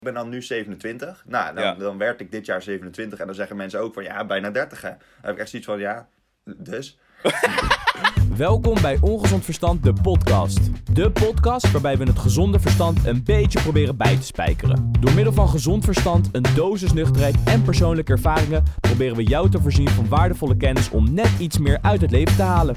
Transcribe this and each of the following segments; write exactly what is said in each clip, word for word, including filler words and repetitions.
Ik ben dan nu zevenentwintig. Nou, dan, Ja. dan werd ik dit jaar zevenentwintig. En dan zeggen mensen ook van, ja, bijna dertig, hè. Dan heb ik echt zoiets van, ja, dus... Welkom bij Ongezond Verstand, de podcast. De podcast waarbij we het gezonde verstand een beetje proberen bij te spijkeren. Door middel van gezond verstand, een dosis nuchterheid en persoonlijke ervaringen proberen we jou te voorzien van waardevolle kennis om net iets meer uit het leven te halen.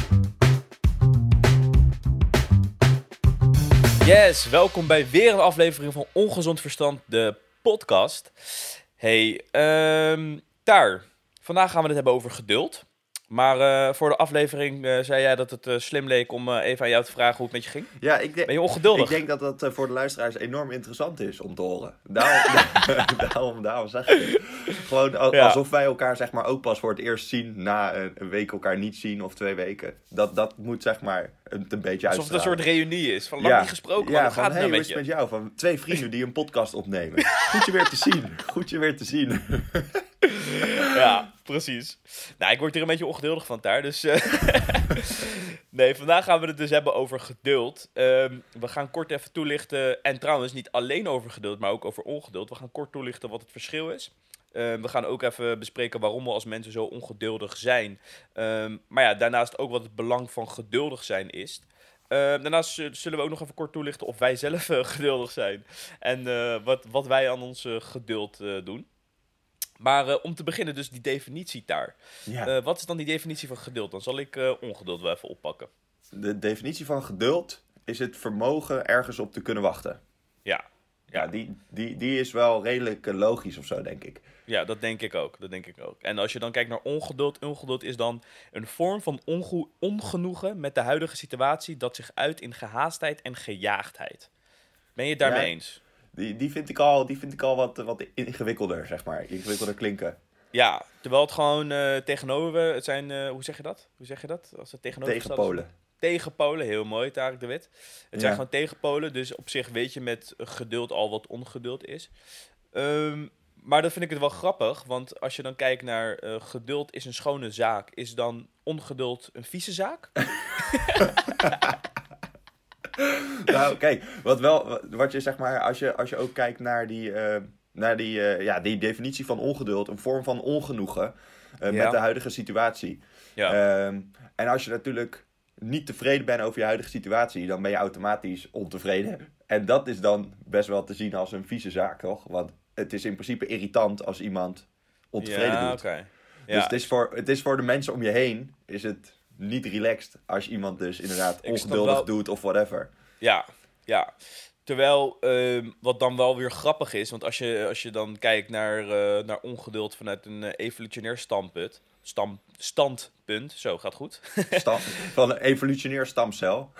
Yes, welkom bij weer een aflevering van Ongezond Verstand, de podcast. Hey, um, daar. Vandaag gaan we het hebben over geduld. Maar uh, voor de aflevering uh, zei jij dat het uh, slim leek om uh, even aan jou te vragen hoe het met je ging. Ja, ik, de- Ben je ongeduldig? ik denk dat dat uh, voor de luisteraars enorm interessant is om te horen. Daarom, daarom, daarom zeg ik het. Gewoon al- Ja. alsof wij elkaar zeg maar ook pas voor het eerst zien na een, een week elkaar niet zien of twee weken. Dat, dat moet zeg maar een, een beetje Alsof het een uitstralen. soort reunie is. Van lang niet gesproken, ja, maar hoe van, gaat het hey, nou hoe met is je? het met jou? Van twee vrienden die een podcast opnemen. Goed je weer te zien. Goed je weer te zien. Ja, precies. Nou, ik word hier een beetje ongeduldig van daar, dus... Uh... nee, vandaag gaan we het dus hebben over geduld. Um, we gaan kort even toelichten, en trouwens niet alleen over geduld, maar ook over ongeduld. We gaan kort toelichten wat het verschil is. Um, we gaan ook even bespreken waarom we als mensen zo ongeduldig zijn. Um, maar ja, daarnaast ook wat het belang van geduldig zijn is. Uh, daarnaast zullen we ook nog even kort toelichten of wij zelf uh, geduldig zijn. En uh, wat, wat wij aan ons uh, geduld uh, doen. Maar uh, om te beginnen dus die definitie daar. Ja. Uh, wat is dan die definitie van geduld? Dan zal ik uh, ongeduld wel even oppakken. De definitie van geduld is het vermogen ergens op te kunnen wachten. Ja. Ja, die, die, die is wel redelijk uh, logisch of zo, denk ik. Ja, dat denk ik ook. Dat denk ik ook. En als je dan kijkt naar ongeduld, ongeduld is dan een vorm van ongo- ongenoegen met de huidige situatie dat zich uit in gehaastheid en gejaagdheid. Ben je het daarmee Ja. eens? Die, die vind ik al, die vind ik al wat, wat ingewikkelder, zeg maar. Ingewikkelder klinken. Ja, terwijl het gewoon uh, tegenover... Het zijn, uh, hoe zeg je dat? Hoe zeg je dat? Als het tegenover Tegenpolen. Tegenpolen, heel mooi, Tarek de Wit. Het Ja. zijn gewoon tegenpolen, dus op zich weet je met geduld al wat ongeduld is. Um, maar dan vind ik het wel grappig, want als je dan kijkt naar uh, geduld is een schone zaak, is dan ongeduld een vieze zaak? Nou, kijk, wat wel, wat je zeg maar, als je, als je ook kijkt naar die, uh, naar die, uh, ja, die definitie van ongeduld, een vorm van ongenoegen uh, Ja. met de huidige situatie. Ja. Um, en als je natuurlijk niet tevreden bent over je huidige situatie, dan ben je automatisch ontevreden. En dat is dan best wel te zien als een vieze zaak, toch? Want het is in principe irritant als iemand ontevreden ja, doet. Okay. Dus ja, het is, voor, het is voor de mensen om je heen, is het niet relaxed als iemand dus inderdaad Ik snap ongeduldig wel- doet of whatever. ja, ja. Terwijl, um, wat dan wel weer grappig is, want als je, als je dan kijkt naar, uh, naar ongeduld vanuit een uh, evolutionair standpunt, stam, standpunt, zo gaat goed, Stam, van een evolutionair stamcel.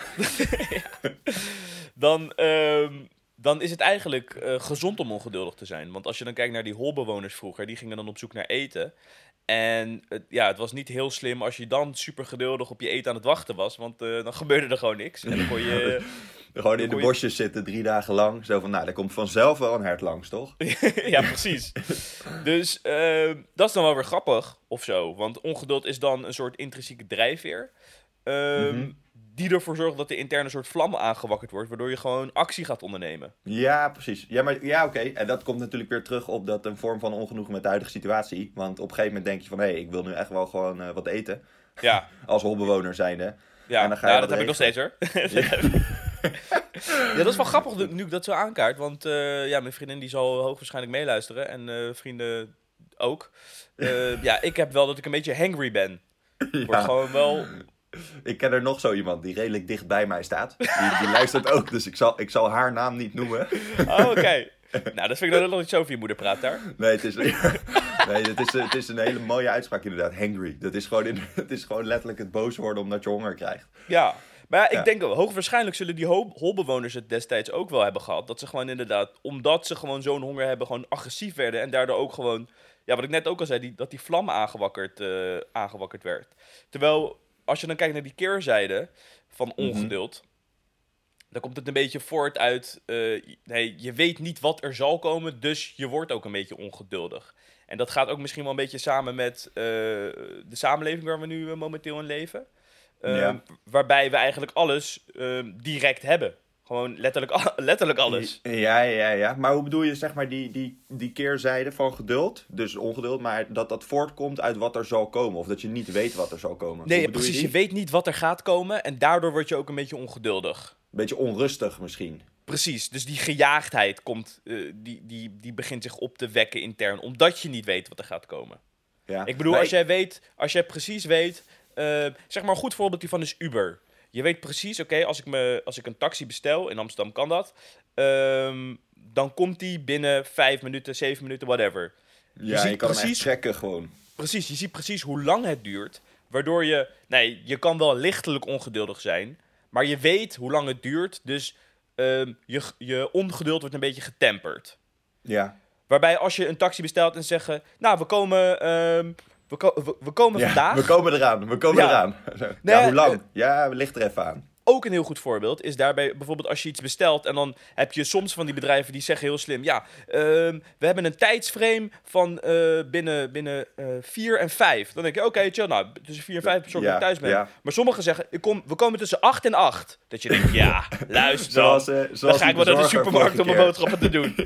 dan, um, dan is het eigenlijk uh, gezond om ongeduldig te zijn. Want als je dan kijkt naar die holbewoners vroeger, die gingen dan op zoek naar eten. En uh, ja, het was niet heel slim als je dan super geduldig op je eten aan het wachten was, want uh, dan gebeurde er gewoon niks. En dan kon je... Gewoon in de kon je- bosjes zitten drie dagen lang. Zo van, nou, daar komt vanzelf wel een hert langs, toch? ja, precies. Dus uh, dat is dan wel weer grappig, of zo. Want ongeduld is dan een soort intrinsieke drijfveer. Um, Mhm. Die ervoor zorgt dat de interne soort vlam aangewakkerd wordt, waardoor je gewoon actie gaat ondernemen. Ja, precies. Ja, maar ja, oké. En dat komt natuurlijk weer terug op dat een vorm van ongenoegen met de huidige situatie. Want op een gegeven moment denk je van, hé, hey, ik wil nu echt wel gewoon uh, wat eten. Ja, Als holbewoner zijnde. ja. En dan ga je ja wat dat heb ik nog steeds hoor. Ja, dat is wel grappig nu nu ik dat zo aankaart. Want uh, ja, mijn vriendin die zal hoogwaarschijnlijk meeluisteren. En uh, vrienden ook. Uh, ja, ik heb wel dat ik een beetje hangry ben. Ik word Ja. gewoon wel... Ik ken er nog zo iemand die redelijk dicht bij mij staat. Die, die luistert ook, dus ik zal, ik zal haar naam niet noemen. Oh, oké. Okay. Nou, dat vind ik dan nog niet zo over je moeder praat daar. Nee, het is, nee, het is, het is een hele mooie uitspraak inderdaad. Hangry. Dat is gewoon, in, het is gewoon letterlijk het boos worden omdat je honger krijgt. Ja, maar ja, ik Ja. denk wel, hoogwaarschijnlijk zullen die hol- holbewoners het destijds ook wel hebben gehad. Dat ze gewoon inderdaad, omdat ze gewoon zo'n honger hebben, gewoon agressief werden. En daardoor ook gewoon, ja, wat ik net ook al zei, die, dat die vlam aangewakkerd, uh, aangewakkerd werd. Terwijl, als je dan kijkt naar die keerzijde van ongeduld, dan komt het een beetje voort uit, uh, nee, je weet niet wat er zal komen, dus je wordt ook een beetje ongeduldig. En dat gaat ook misschien wel een beetje samen met uh, de samenleving waar we nu uh, momenteel in leven. Uh, Ja. Waarbij we eigenlijk alles uh, direct hebben. Gewoon letterlijk, letterlijk alles. Ja, ja, ja. Maar hoe bedoel je, zeg maar, die, die, die keerzijde van geduld? Dus ongeduld, maar dat dat voortkomt uit wat er zal komen. Of dat je niet weet wat er zal komen. Nee, precies. Je, je weet niet wat er gaat komen. En daardoor word je ook een beetje ongeduldig. Beetje onrustig misschien. Precies. Dus die gejaagdheid komt, uh, die, die, die begint zich op te wekken intern. Omdat je niet weet wat er gaat komen. Ja. Ik bedoel, maar als ik... jij weet, als jij precies weet... Uh, zeg maar een goed voorbeeld hiervan is Uber. Je weet precies, oké, okay, als ik me als ik een taxi bestel, in Amsterdam kan dat, um, dan komt die binnen vijf minuten, zeven minuten, whatever. Ja, je, ziet je kan precies, hem echt checken gewoon. Precies, je ziet precies hoe lang het duurt, waardoor je, nee, je kan wel lichtelijk ongeduldig zijn, maar je weet hoe lang het duurt, dus um, je, je ongeduld wordt een beetje getemperd. Ja. Waarbij als je een taxi bestelt en zeggen, nou, we komen... Um, We, ko- we, we komen ja, vandaag. We komen eraan, we komen ja. eraan. Nee, ja, hoe lang? Uh, ja, ligt er even aan. Ook een heel goed voorbeeld is daarbij bijvoorbeeld als je iets bestelt en dan heb je soms van die bedrijven die zeggen heel slim, ja, uh, we hebben een tijdsframe van uh, binnen, binnen uh, vier en vijf. Dan denk je, oké, okay, chill, nou, tussen vier en vijf zorg dat ja, ik thuis ben. Ja. Maar sommigen zeggen, ik kom, we komen tussen acht en acht. Dat je denkt, ja, luister dan. zoals, uh, zoals dan ga ik wel naar de supermarkt om mijn boodschappen te doen.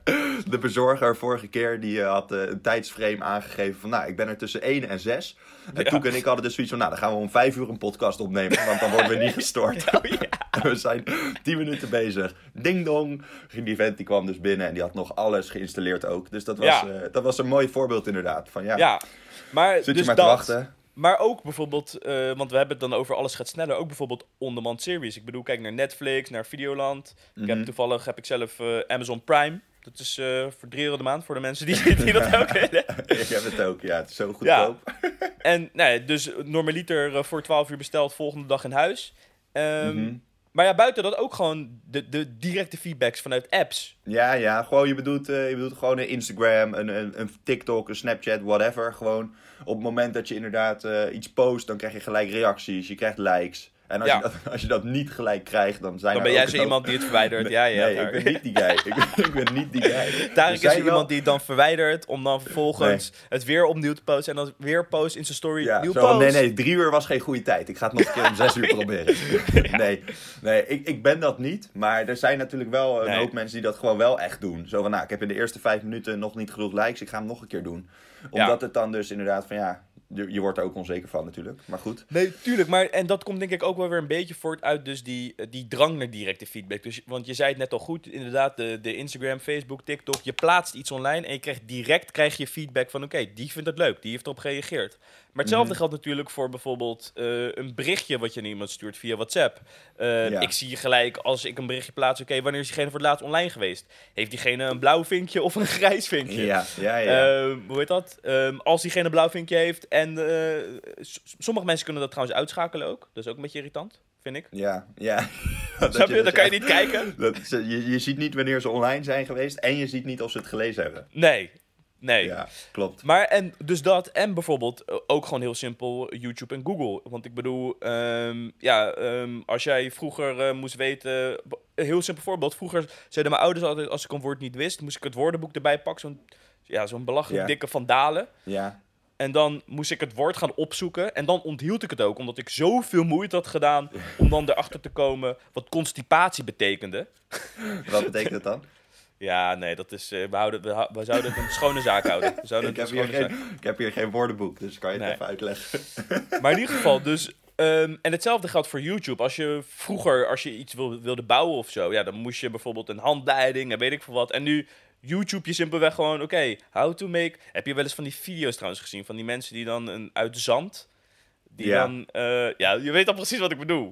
De bezorger vorige keer, die uh, had uh, een tijdsframe aangegeven van, nou, ik ben er tussen één en zes. En ja. Toen en ik hadden dus zoiets van, nou, dan gaan we om vijf uur een podcast opnemen, want dan worden we niet gestoord. Oh, ja. We zijn tien minuten bezig. Ding dong. Die vent die kwam dus binnen en die had nog alles geïnstalleerd ook. Dus dat was, ja. uh, dat was een mooi voorbeeld inderdaad. Van, ja, ja, maar zit dus je maar dat, te wachten. Maar ook bijvoorbeeld, uh, want we hebben het dan over alles gaat sneller, ook bijvoorbeeld on-demand series. Ik bedoel, kijk naar Netflix, naar Videoland. Mm-hmm. Ik heb toevallig, heb ik zelf uh, Amazon Prime. Dat is uh, voor drie euro de maand voor de mensen die, die dat ook willen. Ik heb het ook, ja. Het is zo goedkoop. Ja. En nee, dus normaliter uh, voor twaalf uur besteld, volgende dag in huis. Um, mm-hmm. Maar ja, buiten dat ook gewoon de, de directe feedbacks vanuit apps. Ja, ja. Gewoon, je bedoelt, uh, je bedoelt gewoon een Instagram, een, een, een TikTok, een Snapchat, whatever. Gewoon op het moment dat je inderdaad uh, iets post, dan krijg je gelijk reacties. Je krijgt likes. En als, ja. je dat, als je dat niet gelijk krijgt, dan zijn Dan er ben ook jij zo iemand die het verwijdert. Nee, ja, ja, nee ik ben niet die guy. ik, ben, ik ben niet die guy. Tarek is wel... iemand die het dan verwijdert, om dan vervolgens nee. het weer opnieuw te posten. En dan weer post in zijn story, ja, nieuw zo, post. Nee, nee, drie uur was geen goede tijd. Ik ga het nog een keer om zes uur proberen. ja. Nee, nee ik, ik ben dat niet. Maar er zijn natuurlijk wel een nee. hoop mensen die dat gewoon wel echt doen. Zo van, nou, ik heb in de eerste vijf minuten nog niet genoeg likes. Ik ga hem nog een keer doen. Omdat ja. het dan dus inderdaad van, ja... Je wordt er ook onzeker van natuurlijk, maar goed. Nee, tuurlijk, maar en dat komt denk ik ook wel weer een beetje voort uit dus die, die drang naar directe feedback. Dus, want je zei het net al goed, inderdaad, de, de Instagram, Facebook, TikTok, je plaatst iets online en je krijgt direct krijg je feedback van oké, okay, die vindt het leuk, die heeft erop gereageerd. Maar hetzelfde mm. geldt natuurlijk voor bijvoorbeeld uh, een berichtje wat je aan iemand stuurt via WhatsApp. Uh, ja. Ik zie gelijk als ik een berichtje plaats, oké, okay, wanneer is diegene voor het laatst online geweest? Heeft diegene een blauw vinkje of een grijs vinkje? Ja, ja, ja. Uh, hoe heet dat? Um, als diegene een blauw vinkje heeft en uh, s- sommige mensen kunnen dat trouwens uitschakelen ook. Dat is ook een beetje irritant, vind ik. Ja, ja. Snap je? Dan kan je niet kijken. Dat, je, je ziet niet wanneer ze online zijn geweest en je ziet niet of ze het gelezen hebben. Nee. Nee. Ja, klopt. Maar en dus dat en bijvoorbeeld uh, ook gewoon heel simpel YouTube en Google. Want ik bedoel, um, ja, um, als jij vroeger uh, moest weten... Een heel simpel voorbeeld. Vroeger zeiden mijn ouders altijd, als ik een woord niet wist, moest ik het woordenboek erbij pakken. Zo'n, ja, zo'n belachelijk ja. dikke Van Dalen. Ja. En dan moest ik het woord gaan opzoeken. En dan onthield ik het ook, omdat ik zoveel moeite had gedaan om dan erachter te komen wat constipatie betekende. Wat betekent dat dan? Ja, nee, dat is, uh, we, houden, we, we zouden het een schone zaak houden. We zouden ik, het heb een schone geen, zaak. ik heb hier geen woordenboek, dus kan je het nee. even uitleggen. Maar in ieder geval, dus... Um, en hetzelfde geldt voor YouTube. Als je vroeger, als je iets wil, wilde bouwen of zo... Ja, dan moest je bijvoorbeeld een handleiding en weet ik veel wat. En nu YouTube je simpelweg gewoon... Oké, okay, how to make... Heb je wel eens van die video's trouwens gezien? Van die mensen die dan een, uit zand... Die ja. dan... Uh, ja, je weet al precies wat ik bedoel.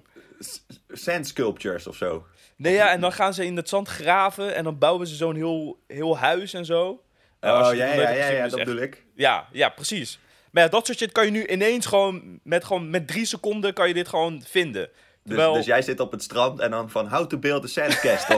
Sand sculptures of zo. Nee, ja, en dan gaan ze in het zand graven... en dan bouwen ze zo'n heel, heel huis en zo. Uh, oh, ja, ja, ja, ja, ja, dat bedoel ik. Ja, ja, precies. Maar ja, dat soort shit kan je nu ineens gewoon met, gewoon... met drie seconden kan je dit gewoon vinden. Terwijl... Dus, dus jij zit op het strand en dan van... How to build a sandcastle.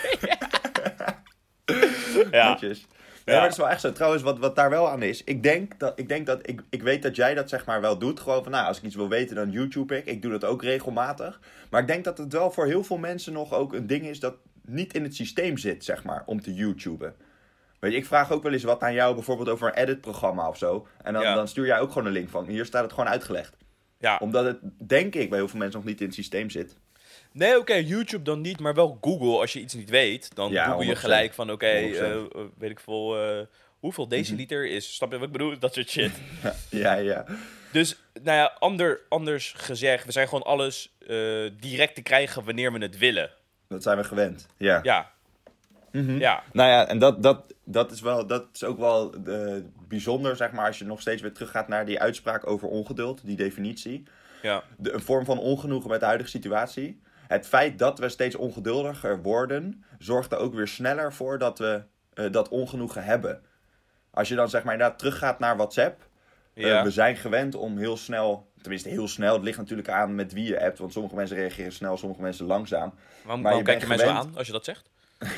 ja. Ja. Ja, maar het is wel echt zo. Trouwens, wat, wat daar wel aan is... Ik denk dat... Ik, denk dat ik, ik weet dat jij dat zeg maar wel doet. Gewoon van, nou, als ik iets wil weten, dan YouTube ik. Ik doe dat ook regelmatig. Maar ik denk dat het wel voor heel veel mensen nog ook een ding is... dat niet in het systeem zit, zeg maar, om te YouTuben. Weet je, ik vraag ook wel eens wat aan jou, bijvoorbeeld over een editprogramma of zo. En dan, ja. dan stuur jij ook gewoon een link van. Hier staat het gewoon uitgelegd. Ja. Omdat het, denk ik, bij heel veel mensen nog niet in het systeem zit. Nee, oké, okay, YouTube dan niet, maar wel Google. Als je iets niet weet, dan Ja, Google je honderd procent. gelijk van, oké, okay, uh, weet ik veel, uh, hoeveel deciliter Mm-hmm. is, snap je wat ik bedoel? Dat soort shit. ja, ja. Dus, nou ja, ander, anders gezegd, we zijn gewoon alles uh, direct te krijgen wanneer we het willen. Dat zijn we gewend, ja. Ja. Mm-hmm. Ja. Nou ja, en dat, dat, dat, is wel, dat is ook wel uh, bijzonder, zeg maar, als je nog steeds weer teruggaat naar die uitspraak over ongeduld, die definitie. Ja. De, een vorm van ongenoegen met de huidige situatie. Het feit dat we steeds ongeduldiger worden, zorgt er ook weer sneller voor dat we uh, dat ongenoegen hebben. Als je dan zeg maar inderdaad teruggaat naar WhatsApp. Ja. Uh, we zijn gewend om heel snel, tenminste heel snel, het ligt natuurlijk aan met wie je appt. Want sommige mensen reageren snel, sommige mensen langzaam. Waarom, maar waarom je kijk je mij gewend... zo aan als je dat zegt?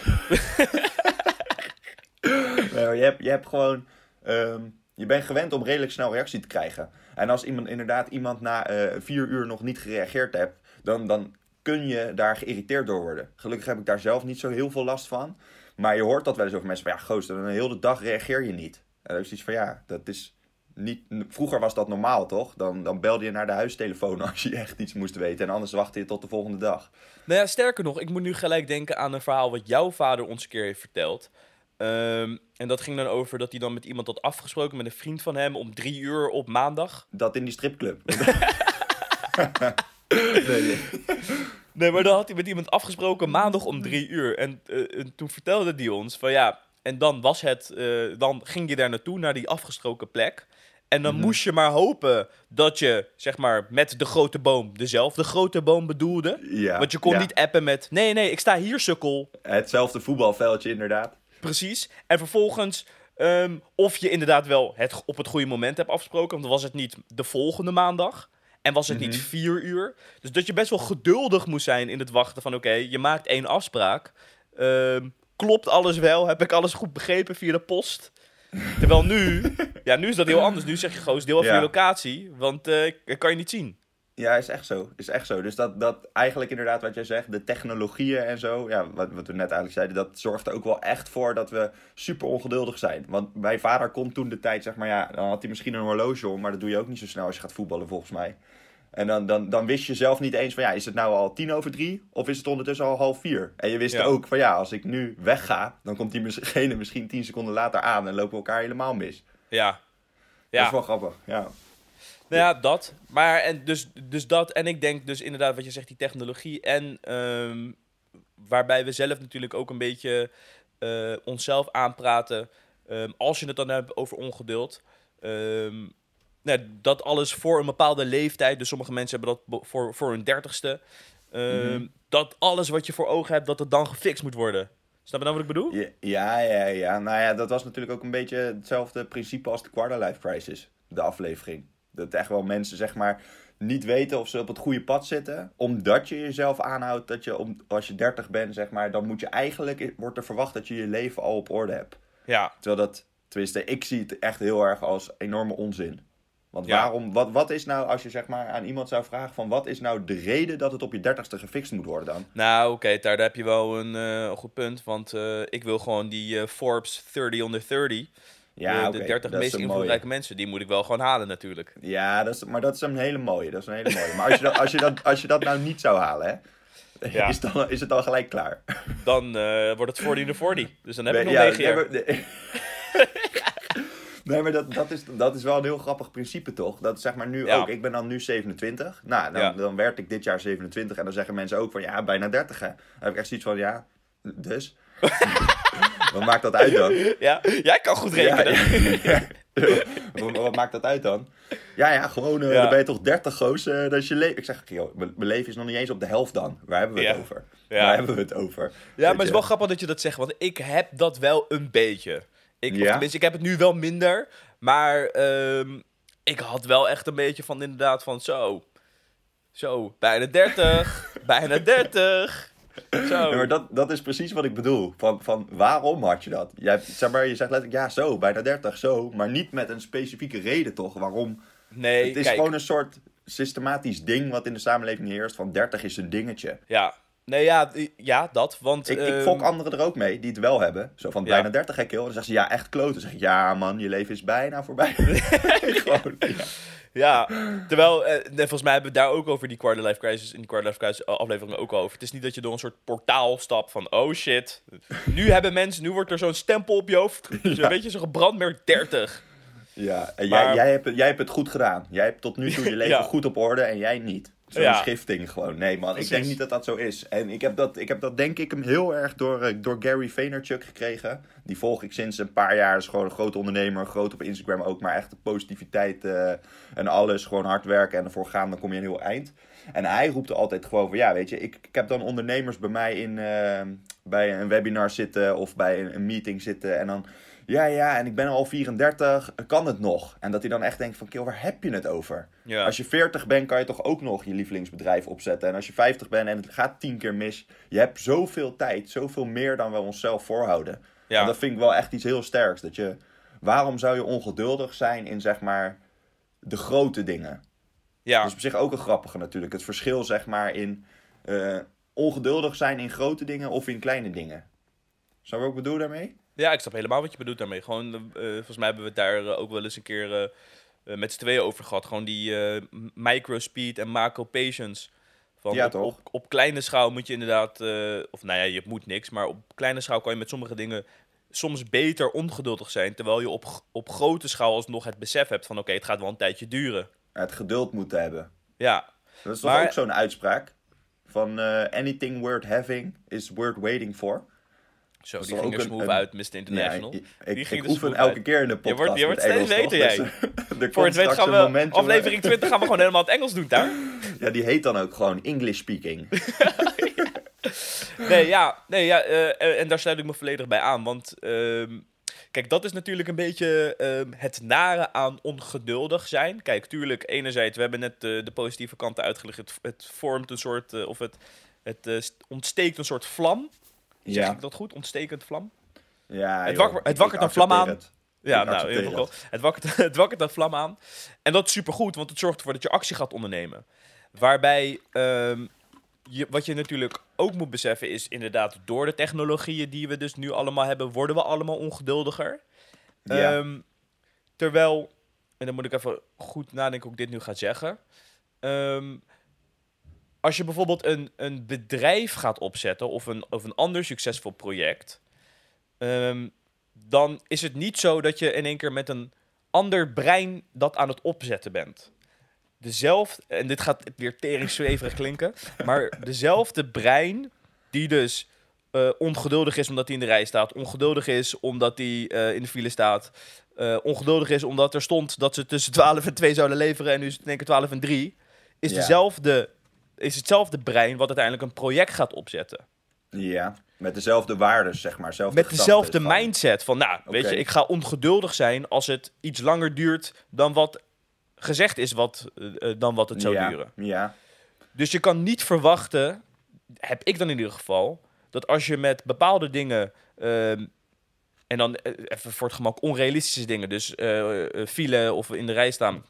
nee, je, hebt, je hebt gewoon, um, je bent gewend om redelijk snel reactie te krijgen. En als iemand inderdaad iemand na uh, vier uur nog niet gereageerd hebt, dan, dan kun je daar geïrriteerd door worden. Gelukkig heb ik daar zelf niet zo heel veel last van. Maar je hoort dat wel eens over mensen van, ja gozer, een hele dag reageer je niet. En dan is iets van, ja, dat is niet... Vroeger was dat normaal, toch? Dan, dan belde je naar de huistelefoon als je echt iets moest weten. En anders wachtte je tot de volgende dag. Nou ja, sterker nog, ik moet nu gelijk denken aan een verhaal wat jouw vader ons een keer heeft verteld. Um, en dat ging dan over dat hij dan met iemand had afgesproken, met een vriend van hem, om drie uur op maandag. Dat in die stripclub. nee, nee. Nee, maar dan had hij met iemand afgesproken maandag om drie uur. En, uh, en toen vertelde hij ons van ja, en dan was het, uh, dan ging je daar naartoe, naar die afgesproken plek. En dan mm-hmm. moest je maar hopen dat je, zeg maar, met de grote boom dezelfde grote boom bedoelde. Ja, Want je kon ja. niet appen met, nee, nee, ik sta hier, sukkel. Hetzelfde voetbalveldje, inderdaad. Precies. En vervolgens, um, of je inderdaad wel het op het goede moment hebt afgesproken, want dan was het niet de volgende maandag. En was het mm-hmm. niet vier uur. Dus dat je best wel geduldig moest zijn in het wachten van, oké, okay, je maakt één afspraak. Um, klopt alles wel? Heb ik alles goed begrepen via de post? Terwijl nu, ja, nu is dat heel anders. Nu zeg je gewoon, deel even ja. je locatie, want uh, kan je niet zien. Ja, is echt zo. Is echt zo. Dus dat, dat eigenlijk inderdaad wat jij zegt, de technologieën en zo, ja, wat, wat we net eigenlijk zeiden, dat zorgt er ook wel echt voor dat we super ongeduldig zijn. Want mijn vader kon toen de tijd, zeg maar, ja, dan had hij misschien een horloge om, maar dat doe je ook niet zo snel als je gaat voetballen, volgens mij. En dan, dan, dan wist je zelf niet eens van, ja, is het nou al tien over drie of is het ondertussen al half vier? En je wist ja. ook van, ja, als ik nu wegga, dan komt diegene misschien tien seconden later aan en lopen we elkaar helemaal mis. Ja. ja. Dat is wel grappig, ja. Nou ja, dat. Maar en dus, dus dat. En ik denk dus inderdaad wat je zegt, die technologie. En um, waarbij we zelf natuurlijk ook een beetje uh, onszelf aanpraten. Um, als je het dan hebt over ongeduld. Um, nou, dat alles voor een bepaalde leeftijd. Dus sommige mensen hebben dat voor, voor hun dertigste. Um, mm-hmm. Dat alles wat je voor ogen hebt, dat het dan gefixt moet worden. Snap je dan wat ik bedoel? Ja, ja, ja, ja. Nou ja, dat was natuurlijk ook een beetje hetzelfde principe als de quarter-life crisis. De aflevering. Dat echt wel mensen, zeg maar, niet weten of ze op het goede pad zitten. Omdat je jezelf aanhoudt dat je, om, als je dertig bent, zeg maar, dan moet je eigenlijk, wordt er verwacht dat je je leven al op orde hebt. Ja. Terwijl dat, tenminste, ik zie het echt heel erg als enorme onzin. Want ja. waarom, wat, wat is nou, als je zeg maar aan iemand zou vragen van, wat is nou de reden dat het op je dertigste gefixt moet worden dan? Nou, oké, okay, daar, daar heb je wel een uh, goed punt. Want uh, ik wil gewoon die uh, Forbes dertig onder dertig... Ja, de, okay, de dertig meest invloedrijke mensen, die moet ik wel gewoon halen natuurlijk. Ja, dat is, maar dat is een hele mooie. Dat is een hele mooie. Maar als je dat, als je dat, als je dat nou niet zou halen, hè, ja. is, dan, is het al gelijk klaar. Dan uh, wordt het dertig onder dertig. Dus dan heb ik nog ja, negen jaar. Nee, maar, nee, maar dat, dat, is, dat is wel een heel grappig principe, toch? Dat is zeg maar nu ja. ook. Ik ben dan nu zevenentwintig. Nou, dan, ja. dan werd ik dit jaar zevenentwintig. En dan zeggen mensen ook van, ja, bijna dertig, hè. Dan heb ik echt zoiets van, ja, dus... Wat maakt dat uit dan? Ja, jij kan goed rekenen. Ja, ja. wat, wat maakt dat uit dan? Ja, ja, gewoon, uh, ja. dan ben je toch dertig, goos, uh, dat is je leven. Ik zeg, joh, mijn leven is nog niet eens op de helft dan. Waar hebben we het ja. over? Ja. Waar hebben we het over? Ja, Weet maar het is wel grappig dat je dat zegt, want ik heb dat wel een beetje. Ik, ja? tenminste, ik heb het nu wel minder, maar um, ik had wel echt een beetje van inderdaad van zo, zo, bijna dertig, bijna dertig... Zo. Ja, maar dat, dat is precies wat ik bedoel. Van, van waarom had je dat? Jij, zeg maar, je zegt letterlijk, ja zo, bijna dertig, zo. Maar niet met een specifieke reden toch, waarom. Nee, Het is kijk. gewoon een soort systematisch ding wat in de samenleving heerst. Van dertig is een dingetje. Ja, Nee, ja, ja dat, want... Ik, um... ik fok anderen er ook mee, die het wel hebben. Zo van, Ja. bijna dertig, hè, kill. Dan zeggen ze, ja, echt kloten. Dan zeg ik, ja, man, je leven is bijna voorbij. Gewoon, ja. Ja, terwijl, eh, nee, volgens mij hebben we het daar ook over die Quarter-Life Crisis, in die Quarter-Life Crisis aflevering ook over. Het is niet dat je door een soort portaal stapt van, oh shit, nu hebben mensen, nu wordt er zo'n stempel op je hoofd, zo, Ja. weet je, zo'n gebrandmerk dertig. Ja, en Maar- jij, jij, hebt, het- jij hebt het goed gedaan. Jij hebt tot nu toe je leven Ja. goed op orde en jij niet. Zo'n Ja. schifting gewoon. Nee man, Precies. ik denk niet dat dat zo is. En ik heb dat, ik heb dat denk ik hem heel erg door, eh, door Gary Vaynerchuk gekregen. Die volg ik sinds een paar jaar. Is gewoon een grote ondernemer. Groot op Instagram ook. Maar echt de positiviteit eh, en alles. Gewoon hard werken en ervoor gaan. Dan kom je een heel eind. En hij roept er altijd gewoon van... Ja, weet je, ik, ik heb dan ondernemers bij mij in... eh, bij een webinar zitten of bij een, een meeting zitten. En dan... Ja, ja, en ik ben al vierendertig, kan het nog? En dat hij dan echt denkt van, kill, waar heb je het over? Ja. Als je veertig bent, kan je toch ook nog je lievelingsbedrijf opzetten. En als je vijftig bent en het gaat tien keer mis, je hebt zoveel tijd, zoveel meer dan we onszelf voorhouden. Ja. En dat vind ik wel echt iets heel sterks. Dat je, waarom zou je ongeduldig zijn in, zeg maar, de grote dingen? Ja. Dat is op zich ook een grappige natuurlijk. Het verschil, zeg maar, in eh, ongeduldig zijn in grote dingen of in kleine dingen. Zou je wat ik bedoel daarmee? Ja, ik snap helemaal wat je bedoelt daarmee. Gewoon, eh, volgens mij hebben we het daar eh, ook wel eens een keer eh, eh, met z'n tweeën over gehad. Gewoon die eh, micro-speed en macro-patience. Van Ja, op, toch? Op, op kleine schaal moet je inderdaad... eh, of nou ja, je moet niks. Maar op kleine schaal kan je met sommige dingen soms beter ongeduldig zijn. Terwijl je op, g- op grote schaal alsnog het besef hebt van... Oké, het gaat wel een tijdje duren. Het geduld moeten hebben. Ja, Dat is toch Maar- ook zo'n uitspraak? Van eh, anything worth having is worth waiting for. zo, is die toch ging ook er een- smooth een- uit, mister International. Ja, ik Die ik, ging ik er oefen smooth elke uit. keer in de Je podcast. wordt, je wordt met steeds Engels, beter, toch? jij. Dus, er komt Voor het weet straks gaan een we, moment, jongen. aflevering twintig gaan we gewoon helemaal het Engels doen, daar. Ja, die heet dan ook gewoon English speaking. Nee, ja, nee, ja eh, en daar sluit ik me volledig bij aan. Want ehm, kijk, dat is natuurlijk een beetje ehm, het nare aan ongeduldig zijn. Kijk, tuurlijk, enerzijds, we hebben net eh, de positieve kanten uitgelegd. Het, het vormt een soort, eh, of het, het eh, st- ontsteekt een soort vlam. Zeg Ja, ik dat goed? Ontstekend vlam? ja Het joh, wakker- het ik- wakkert ik een vlam accepteer aan. het. Ja, Ik nou, in accepteer ieder geval. Het wakkert, het wakkert een vlam aan. En dat is supergoed, want het zorgt ervoor dat je actie gaat ondernemen. Waarbij, ehm, je, wat je natuurlijk ook moet beseffen is inderdaad... door de technologieën die we dus nu allemaal hebben... worden we allemaal ongeduldiger. Ja. Ehm, terwijl, en dan moet ik even goed nadenken hoe ik dit nu ga zeggen... Ehm, als je bijvoorbeeld een, een bedrijf gaat opzetten... of een, of een ander succesvol project... ehm, dan is het niet zo dat je in één keer met een ander brein dat aan het opzetten bent. Dezelfde, en dit gaat weer teringzweverig klinken, maar dezelfde brein die dus eh, ongeduldig is omdat hij in de rij staat, ongeduldig is omdat hij eh, in de file staat, eh, ongeduldig is omdat er stond dat ze tussen twaalf en twee zouden leveren en nu is het in één keer twaalf en drie, is, Ja. dezelfde, is hetzelfde brein wat uiteindelijk een project gaat opzetten. Ja, met dezelfde waarden, zeg maar. zelfde Met gedachten dezelfde van- mindset van, nou, weet Oké. je, ik ga ongeduldig zijn als het iets langer duurt dan wat gezegd is wat, eh, dan wat het zou ja, duren. Ja, Dus je kan niet verwachten, heb ik dan in ieder geval, dat als je met bepaalde dingen, ehm, en dan eh, even voor het gemak onrealistische dingen, dus eh eh, file of in de rij staan,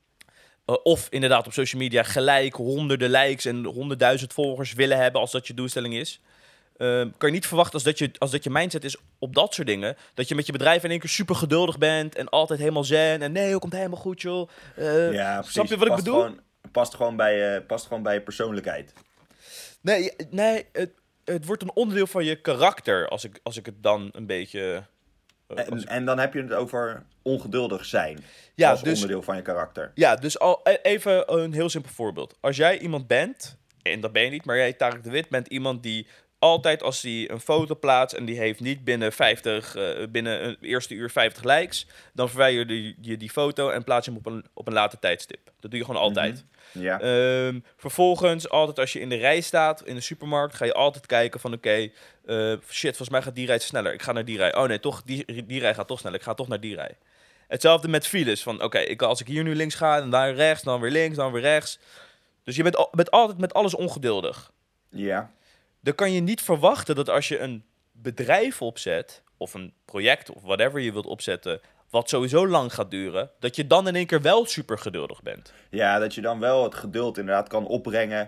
eh, of inderdaad op social media gelijk honderden likes en honderdduizend volgers willen hebben als dat je doelstelling is, ehm, kan je niet verwachten als dat, je, als dat je mindset is op dat soort dingen, dat je met je bedrijf in één keer super geduldig bent en altijd helemaal zen en nee, het komt helemaal goed joh. Eh, ja precies. snap je wat ik Past bedoel? Gewoon, past, gewoon bij, eh, past gewoon bij je persoonlijkheid. Nee, nee het, het wordt een onderdeel van je karakter, als ik, als ik het dan een beetje... eh, als En, ik- en dan heb je het over ongeduldig zijn. Ja, als dus- onderdeel van je karakter. Ja, dus al, e- even een heel simpel voorbeeld. Als jij iemand bent, en dat ben je niet, maar jij, Tarek de Wit, bent iemand die altijd als hij een foto plaatst en die heeft niet binnen vijftig, eh, binnen een eerste uur vijftig likes, dan verwijder je, je die foto en plaats je hem op een, op een later tijdstip. Dat doe je gewoon altijd. Ja, Ehm, vervolgens, altijd als je in de rij staat in de supermarkt, ga je altijd kijken van oké, eh, shit, volgens mij gaat die rij sneller. Ik ga naar die rij. Oh nee, toch, die, die rij gaat toch sneller. Ik ga toch naar die rij. Hetzelfde met files. Van oké, ik als ik hier nu links ga en daar rechts, dan weer links, dan weer rechts. Dus je bent, al- bent altijd met alles ongeduldig. ja, Dan kan je niet verwachten dat als je een bedrijf opzet, of een project, of whatever je wilt opzetten, wat sowieso lang gaat duren, dat je dan in één keer wel super geduldig bent. ja, dat je dan wel het geduld inderdaad kan opbrengen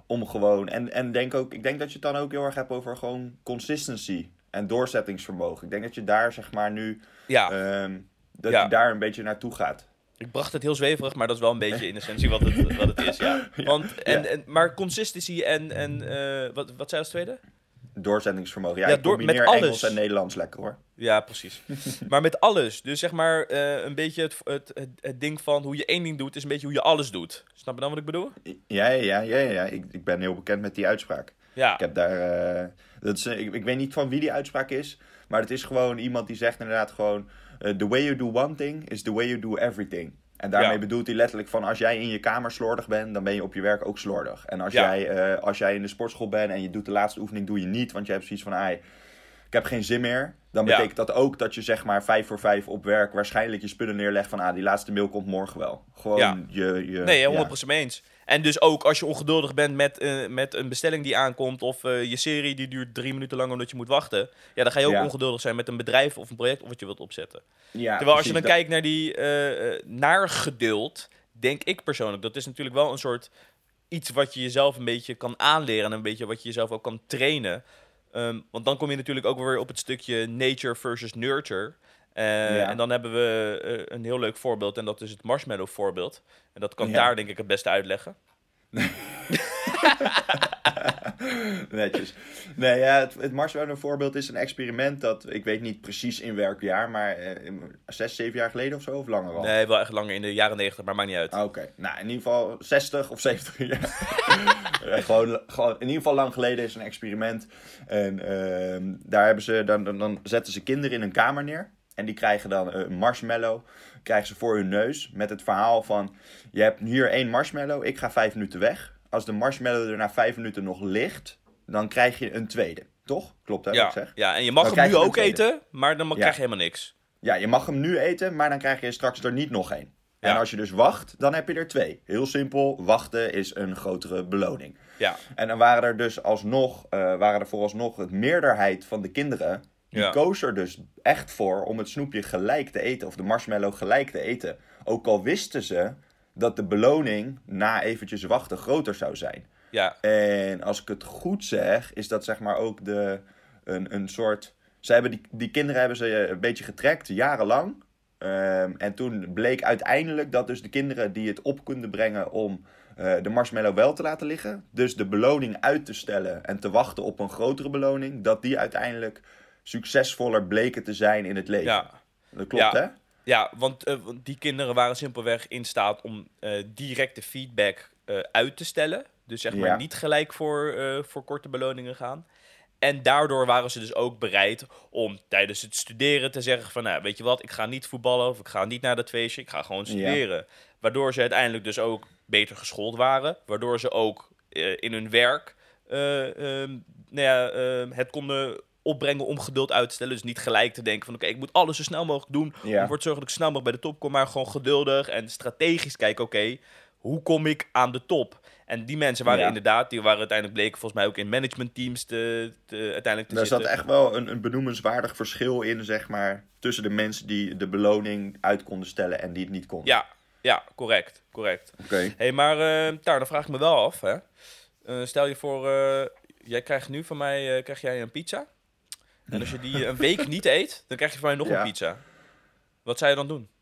om gewoon... En, en denk ook, ik denk dat je het dan ook heel erg hebt over gewoon consistency en doorzettingsvermogen. Ik denk dat je daar zeg maar nu... Ja. Um, dat Ja. je daar een beetje naartoe gaat. Ik bracht het heel zweverig, maar dat is wel een beetje in essentie wat het, wat het is, ja. Want, en, Ja. en, maar consistency en, en uh, wat, wat zei als tweede? Doorzettingsvermogen. Ja, Ja, ik door- combineer met alles. Engels en Nederlands lekker hoor. Ja, precies. Maar met alles. Dus zeg maar uh, een beetje het, het, het, het ding van hoe je één ding doet, is een beetje hoe je alles doet. Snap je dan wat ik bedoel? Ja, ja, ja, ja. Ik, ik ben heel bekend met die uitspraak. Ja. Ik heb daar... Uh, dat is, uh, ik, ik weet niet van wie die uitspraak is, maar het is gewoon iemand die zegt inderdaad gewoon... Uh, the way you do one thing is the way you do everything. En daarmee Ja. bedoelt hij letterlijk van als jij in je kamer slordig bent, dan ben je op je werk ook slordig. En als, Ja. jij, uh, als jij in de sportschool bent en je doet de laatste oefening, doe je niet, want je hebt zoiets van, ai, ik heb geen zin meer. Dan Ja. betekent dat ook dat je zeg maar vijf voor vijf op werk waarschijnlijk je spullen neerlegt van, ah, die laatste mail komt morgen wel. Gewoon Ja. je, je... Nee, ja. honderd procent mee eens. En dus ook als je ongeduldig bent met, uh, met een bestelling die aankomt... of uh, je serie die duurt drie minuten lang omdat je moet wachten... ja, dan ga je ook Ja. ongeduldig zijn met een bedrijf of een project of wat je wilt opzetten. Ja, Terwijl als je precies, dan kijkt naar die uh, uh, naar geduld... denk ik persoonlijk, dat is natuurlijk wel een soort... iets wat je jezelf een beetje kan aanleren... en een beetje wat je jezelf ook kan trainen... Um, want dan kom je natuurlijk ook weer op het stukje nature versus nurture... Uh, Ja. En dan hebben we uh, een heel leuk voorbeeld en dat is het marshmallow voorbeeld. En dat kan Ja. daar denk ik het beste uitleggen. Netjes. Nee, ja, het, het marshmallow voorbeeld is een experiment dat, ik weet niet precies in welk jaar, maar uh, zes, zeven jaar geleden of zo, of langer al? Nee, wel echt langer in de jaren negentig, maar maakt niet uit. Ah, Oké, okay. Nou in ieder geval zestig of zeventig jaar. uh, gewoon, gewoon, in ieder geval lang geleden is een experiment. En uh, daar hebben ze, dan, dan, dan zetten ze kinderen in een kamer neer. En die krijgen dan een marshmallow, krijgen ze voor hun neus met het verhaal van... Je hebt hier één marshmallow, ik ga vijf minuten weg. Als de marshmallow er na vijf minuten nog ligt, dan krijg je een tweede. Toch? Klopt hè, ja, wat ik zeg? Ja, en je mag Dan hem nu krijg je ook een tweede. eten, maar dan Ja. krijg je helemaal niks. Ja, je mag hem nu eten, maar dan krijg je straks er niet nog één. Ja. En als je dus wacht, dan heb je er twee. Heel simpel, wachten is een grotere beloning. Ja, En dan waren er dus alsnog, uh, waren er vooralsnog het meerderheid van de kinderen... Die Ja. koos er dus echt voor om het snoepje gelijk te eten. Of de marshmallow gelijk te eten. Ook al wisten ze dat de beloning na eventjes wachten groter zou zijn. ja, En als ik het goed zeg, is dat zeg maar ook de, een, een soort... Ze hebben die, die kinderen hebben ze een beetje getrekt, jarenlang. Um, en toen bleek uiteindelijk dat dus de kinderen die het op konden brengen om uh, de marshmallow wel te laten liggen. Dus de beloning uit te stellen en te wachten op een grotere beloning. Dat die uiteindelijk succesvoller bleken te zijn in het leven. ja. Dat klopt, Ja. hè? Ja, want, uh, want die kinderen waren simpelweg in staat om uh, directe feedback uh, uit te stellen. Dus zeg maar Ja. niet gelijk voor, uh, voor korte beloningen gaan. En daardoor waren ze dus ook bereid om tijdens het studeren te zeggen van... Nou, weet je wat, ik ga niet voetballen of ik ga niet naar dat feestje, ik ga gewoon studeren. Ja. Waardoor ze uiteindelijk dus ook beter geschoold waren. Waardoor ze ook uh, in hun werk uh, um, nou ja, uh, het konden opbrengen om geduld uit te stellen. Dus niet gelijk te denken van oké, okay, ik moet alles zo snel mogelijk doen... Ja. om ervoor te zorgen dat ik snel mogelijk bij de top kom. Maar gewoon geduldig en strategisch kijken, oké, okay, hoe kom ik aan de top? En die mensen waren Ja. inderdaad, die waren uiteindelijk bleken volgens mij ook in managementteams te, te, uiteindelijk te Daar zitten. zat echt wel een, een benoemenswaardig verschil in, zeg maar, tussen de mensen die de beloning uit konden stellen en die het niet konden. Ja, ja, correct, correct. Oké. Okay. Hey, maar uh, daar, dan vraag ik me wel af, hè. Uh, stel je voor, uh, jij krijgt nu van mij uh, krijg jij een pizza. En als je die een week niet eet, dan krijg je van mij nog Ja. een pizza. Wat zou je dan doen?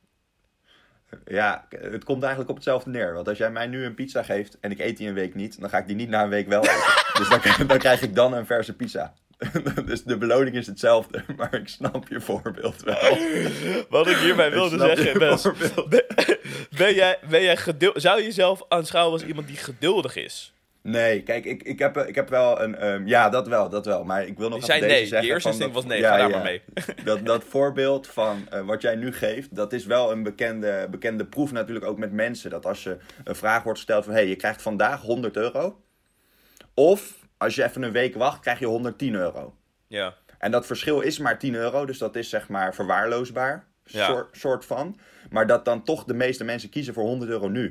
Ja, het komt eigenlijk op hetzelfde neer. Want als jij mij nu een pizza geeft en ik eet die een week niet, dan ga ik die niet na een week wel eten. Dus dan, dan krijg ik dan een verse pizza. Dus de beloning is hetzelfde, maar ik snap je voorbeeld wel. Wat ik hierbij wilde zeggen, Bes, ben, ben jij, ben jij geduld, zou je jezelf aanschouwen als iemand die geduldig is? Nee, kijk, ik, ik, heb, ik heb wel een... Um, ja, dat wel, dat wel. Maar ik wil nog Die zei even deze nee, zeggen... je eerste van instinct dat, was nee, ja, ga daar ja, maar mee. Dat, dat voorbeeld van uh, wat jij nu geeft, dat is wel een bekende, bekende proef natuurlijk ook met mensen. Dat als je een vraag wordt gesteld van, hé, hey, je krijgt vandaag honderd euro. Of, als je even een week wacht, krijg je honderdtien euro. Ja. En dat verschil is maar tien euro, dus dat is zeg maar verwaarloosbaar, Ja. soort, soort van. Maar dat dan toch de meeste mensen kiezen voor honderd euro nu.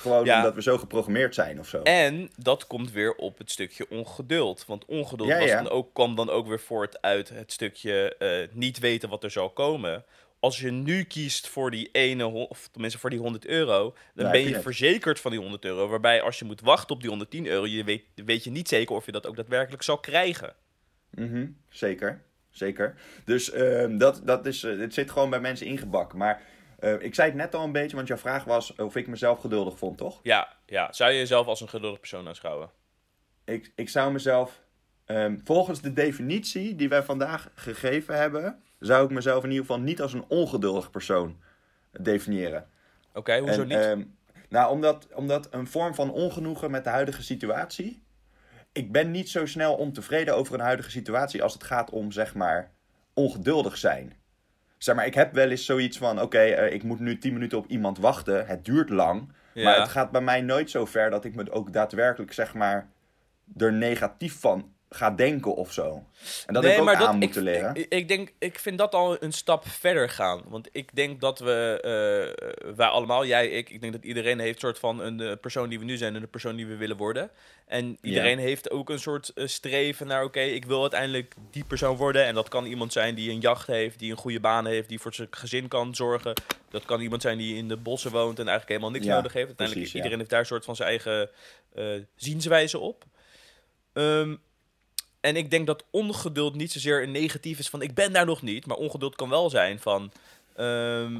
Gewoon Ja. omdat we zo geprogrammeerd zijn of zo. En dat komt weer op het stukje ongeduld. Want ongeduld Ja, was ja. Dan ook, kwam dan ook weer voort uit het stukje eh, niet weten wat er zal komen. Als je nu kiest voor die ene, ho- of tenminste voor die honderd euro, dan Ja, ben heb je je net. verzekerd van die honderd euro. Waarbij als je moet wachten op die honderdtien euro, je weet, weet je niet zeker of je dat ook daadwerkelijk zal krijgen. Mhm, zeker, zeker. Dus ehm, dat, dat is, eh, het zit gewoon bij mensen ingebakken. Maar eh, ik zei het net al een beetje, want jouw vraag was of ik mezelf geduldig vond, toch? Ja, ja. Zou je jezelf als een geduldig persoon aanschouwen? Ik, ik zou mezelf, ehm, volgens de definitie die wij vandaag gegeven hebben, zou ik mezelf in ieder geval niet als een ongeduldig persoon definiëren. Oké, hoezo En, niet? ehm, nou, omdat, omdat een vorm van ongenoegen met de huidige situatie. Ik ben niet zo snel ontevreden over een huidige situatie als het gaat om, zeg maar, ongeduldig zijn. Zeg maar, ik heb wel eens zoiets van, oké, eh, ik moet nu tien minuten op iemand wachten. Het duurt lang. Ja. Maar het gaat bij mij nooit zo ver dat ik me ook daadwerkelijk, zeg maar, er negatief van ga denken of zo. En dat heb ik ook aan moeten ik, leren. Ik, ik denk, ik vind dat al een stap verder gaan. Want ik denk dat we, eh, wij allemaal, jij, ik, ik denk dat iedereen heeft soort van een eh, persoon die we nu zijn en een persoon die we willen worden. En iedereen heeft ook een soort eh, streven naar, oké, ik wil uiteindelijk die persoon worden. En dat kan iemand zijn die een jacht heeft, die een goede baan heeft, die voor zijn gezin kan zorgen. Dat kan iemand zijn die in de bossen woont en eigenlijk helemaal niks Ja, nodig heeft. Uiteindelijk, precies, ja. iedereen heeft daar een soort van zijn eigen eh, zienswijze op. Ehm En ik denk dat ongeduld niet zozeer een negatief is van ik ben daar nog niet. Maar ongeduld kan wel zijn van ehm,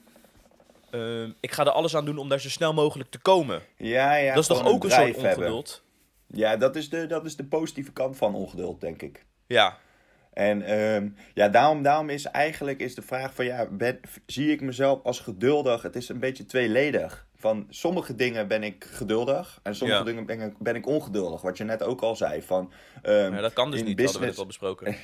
ehm, ik ga er alles aan doen om daar zo snel mogelijk te komen. Ja, ja, dat is toch gewoon ook een drive soort hebben. ongeduld? Ja, dat is, de, dat is de positieve kant van ongeduld, denk ik. Ja, En ehm, ja, daarom, daarom is eigenlijk is de vraag van, ja, ben, zie ik mezelf als geduldig? Het is een beetje tweeledig. Van sommige dingen ben ik geduldig en sommige Ja. dingen ben ik, ben ik ongeduldig. Wat je net ook al zei. Van, ehm, ja dat kan dus in niet, hadden we business- net al besproken.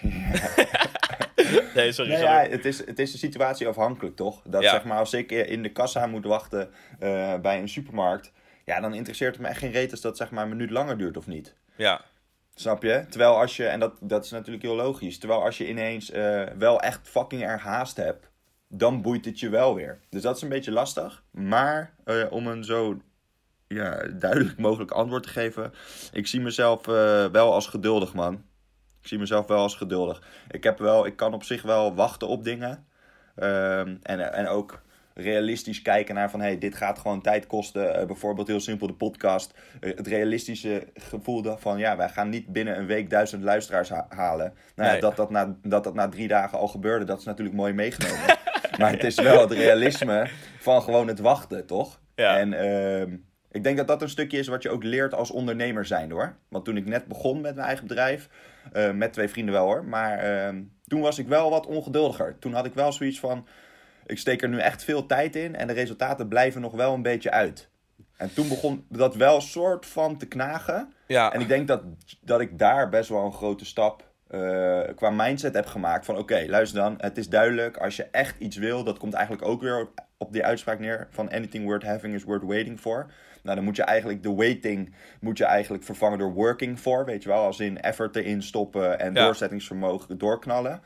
nee, sorry, Nou sorry. ja, het is, het is de situatie afhankelijk, toch? Dat Ja. zeg maar, als ik in de kassa moet wachten eh, bij een supermarkt, ja, dan interesseert het me echt geen reet als dat zeg maar een minuut langer duurt of niet. Ja, Snap je? Terwijl als je, en dat, dat is natuurlijk heel logisch, terwijl als je ineens eh, wel echt fucking erg haast hebt, dan boeit het je wel weer. Dus dat is een beetje lastig. Maar eh, om een zo ja, duidelijk mogelijk antwoord te geven, ik zie mezelf eh, wel als geduldig, man. Ik zie mezelf wel als geduldig. Ik, heb wel, ik kan op zich wel wachten op dingen. Ehm, en, en ook realistisch kijken naar van, hey, dit gaat gewoon tijd kosten. Uh, bijvoorbeeld heel simpel de podcast. Uh, het realistische gevoel dat van, ja, wij gaan niet binnen een week duizend luisteraars ha- halen. Nou, ja, Nee. dat, dat, na, dat dat na drie dagen al gebeurde, dat is natuurlijk mooi meegenomen. Maar het is wel het realisme van gewoon het wachten, toch? Ja. En ehm, ik denk dat dat een stukje is wat je ook leert als ondernemer zijn, hoor. Want toen ik net begon met mijn eigen bedrijf, uh, met twee vrienden wel, hoor. Maar ehm, toen was ik wel wat ongeduldiger. Toen had ik wel zoiets van, ik steek er nu echt veel tijd in en de resultaten blijven nog wel een beetje uit. En toen begon dat wel soort van te knagen. ja. En ik denk dat, dat ik daar best wel een grote stap uh, qua mindset heb gemaakt. Van oké, okay, luister dan, het is duidelijk, als je echt iets wil, dat komt eigenlijk ook weer op, op die uitspraak neer van anything worth having is worth waiting for. Nou, dan moet je eigenlijk de waiting moet je eigenlijk vervangen door working for, weet je wel. Als in effort erin stoppen en Ja. doorzettingsvermogen doorknallen.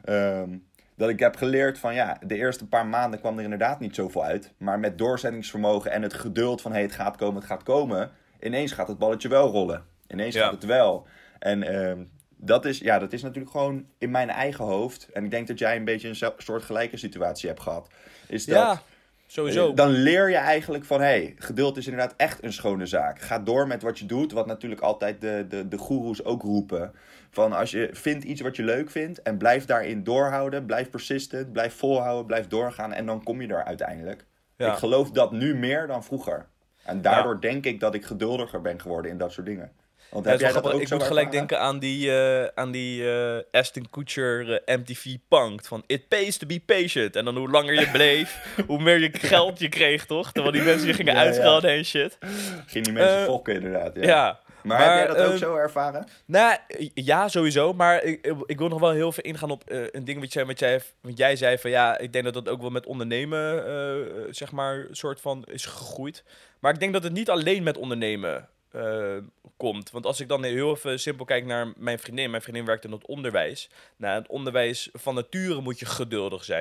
Um, dat ik heb geleerd van ja, de eerste paar maanden kwam er inderdaad niet zoveel uit. Maar met doorzettingsvermogen en het geduld van hey, het gaat komen, het gaat komen. Ineens gaat het balletje wel rollen. Ineens Ja. gaat het wel. En um, dat, is, ja, dat is natuurlijk gewoon in mijn eigen hoofd. En ik denk dat jij een beetje een zo- soort gelijke situatie hebt gehad. Is dat, ja, sowieso. eh, Dan leer je eigenlijk van, hé, hey, geduld is inderdaad echt een schone zaak. Ga door met wat je doet, wat natuurlijk altijd de, de, de goeroes ook roepen. Van als je vindt iets wat je leuk vindt en blijf daarin doorhouden, blijf persistent, blijf volhouden, blijf doorgaan en dan kom je er uiteindelijk. Ja. Ik geloof dat nu meer dan vroeger. En daardoor ja. denk ik dat ik geduldiger ben geworden in dat soort dingen. Want Ja, heb jij dat dat ook ik zo moet gelijk ervaren? denken aan die, uh, aan die uh, Aston Kutcher uh, M T V Punked. Van it pays to be patient. En dan hoe langer je bleef, hoe meer je geld je kreeg, toch? Terwijl die mensen je gingen Ja, ja. uitschelden en shit. Ging die mensen Uh, fokken inderdaad. Ja. Ja. Maar, Maar, heb jij dat ook um, zo ervaren? Nou, ja, sowieso. Maar ik, ik wil nog wel heel veel ingaan op uh, een ding wat jij, wat, jij, wat jij zei. Van ja, ik denk dat dat ook wel met ondernemen, uh, zeg maar, soort van is gegroeid. Maar ik denk dat het niet alleen met ondernemen uh, komt. Want als ik dan heel even simpel kijk naar mijn vriendin. Mijn vriendin werkt in het onderwijs. Nou, het onderwijs van nature moet je geduldig zijn.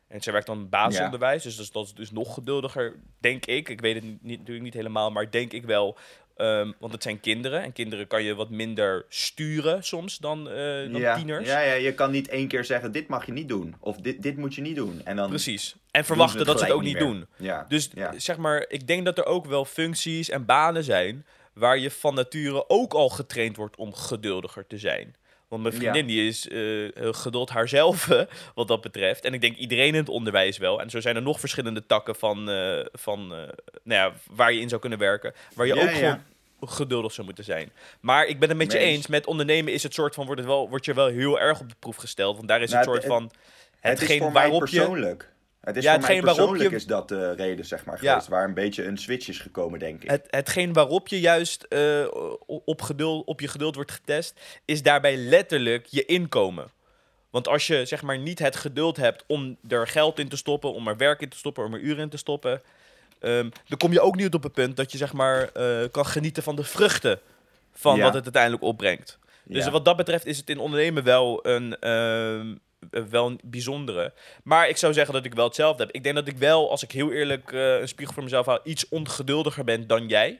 En zij werkt dan basisonderwijs, ja. dus dat is, dat is dus nog geduldiger, denk ik. Ik weet het niet, niet, natuurlijk niet helemaal, maar denk ik wel. Um, want het zijn kinderen. En kinderen kan je wat minder sturen soms dan, uh, dan ja. tieners. Ja, ja, je kan niet één keer zeggen, dit mag je niet doen. Of dit, dit moet je niet doen. En dan Precies. En verwachten dat ze het ook niet, niet doen. Ja. Dus ja. zeg maar, ik denk dat er ook wel functies en banen zijn waar je van nature ook al getraind wordt om geduldiger te zijn. Want mijn vriendin ja. die is uh, geduld haarzelf, wat dat betreft. En ik denk iedereen in het onderwijs wel. En zo zijn er nog verschillende takken van, uh, van uh, nou ja, waar je in zou kunnen werken. Waar je ja, ook ja. gewoon geduldig zou moeten zijn. Maar ik ben het met je eens. eens. Met ondernemen is het soort van, wordt, het wel, wordt je wel heel erg op de proef gesteld. Want daar is nou, het soort het, van... Het is voor mij persoonlijk. Je, Het is ja, voor mij persoonlijk je, is dat de reden, zeg maar, geweest. Ja. Waar een beetje een switch is gekomen, denk ik. Het, hetgeen waarop je juist uh, op, geduld, op je geduld wordt getest, is daarbij letterlijk je inkomen. Want als je, zeg maar, niet het geduld hebt om er geld in te stoppen, om er werk in te stoppen, om er uren in te stoppen, um, dan kom je ook niet op het punt dat je, zeg maar, uh, kan genieten van de vruchten van ja. wat het uiteindelijk opbrengt. Dus ja. wat dat betreft is het in ondernemen wel een... Uh, wel een bijzondere. Maar ik zou zeggen dat ik wel hetzelfde heb. Ik denk dat ik wel, als ik heel eerlijk uh, een spiegel voor mezelf hou, iets ongeduldiger ben dan jij.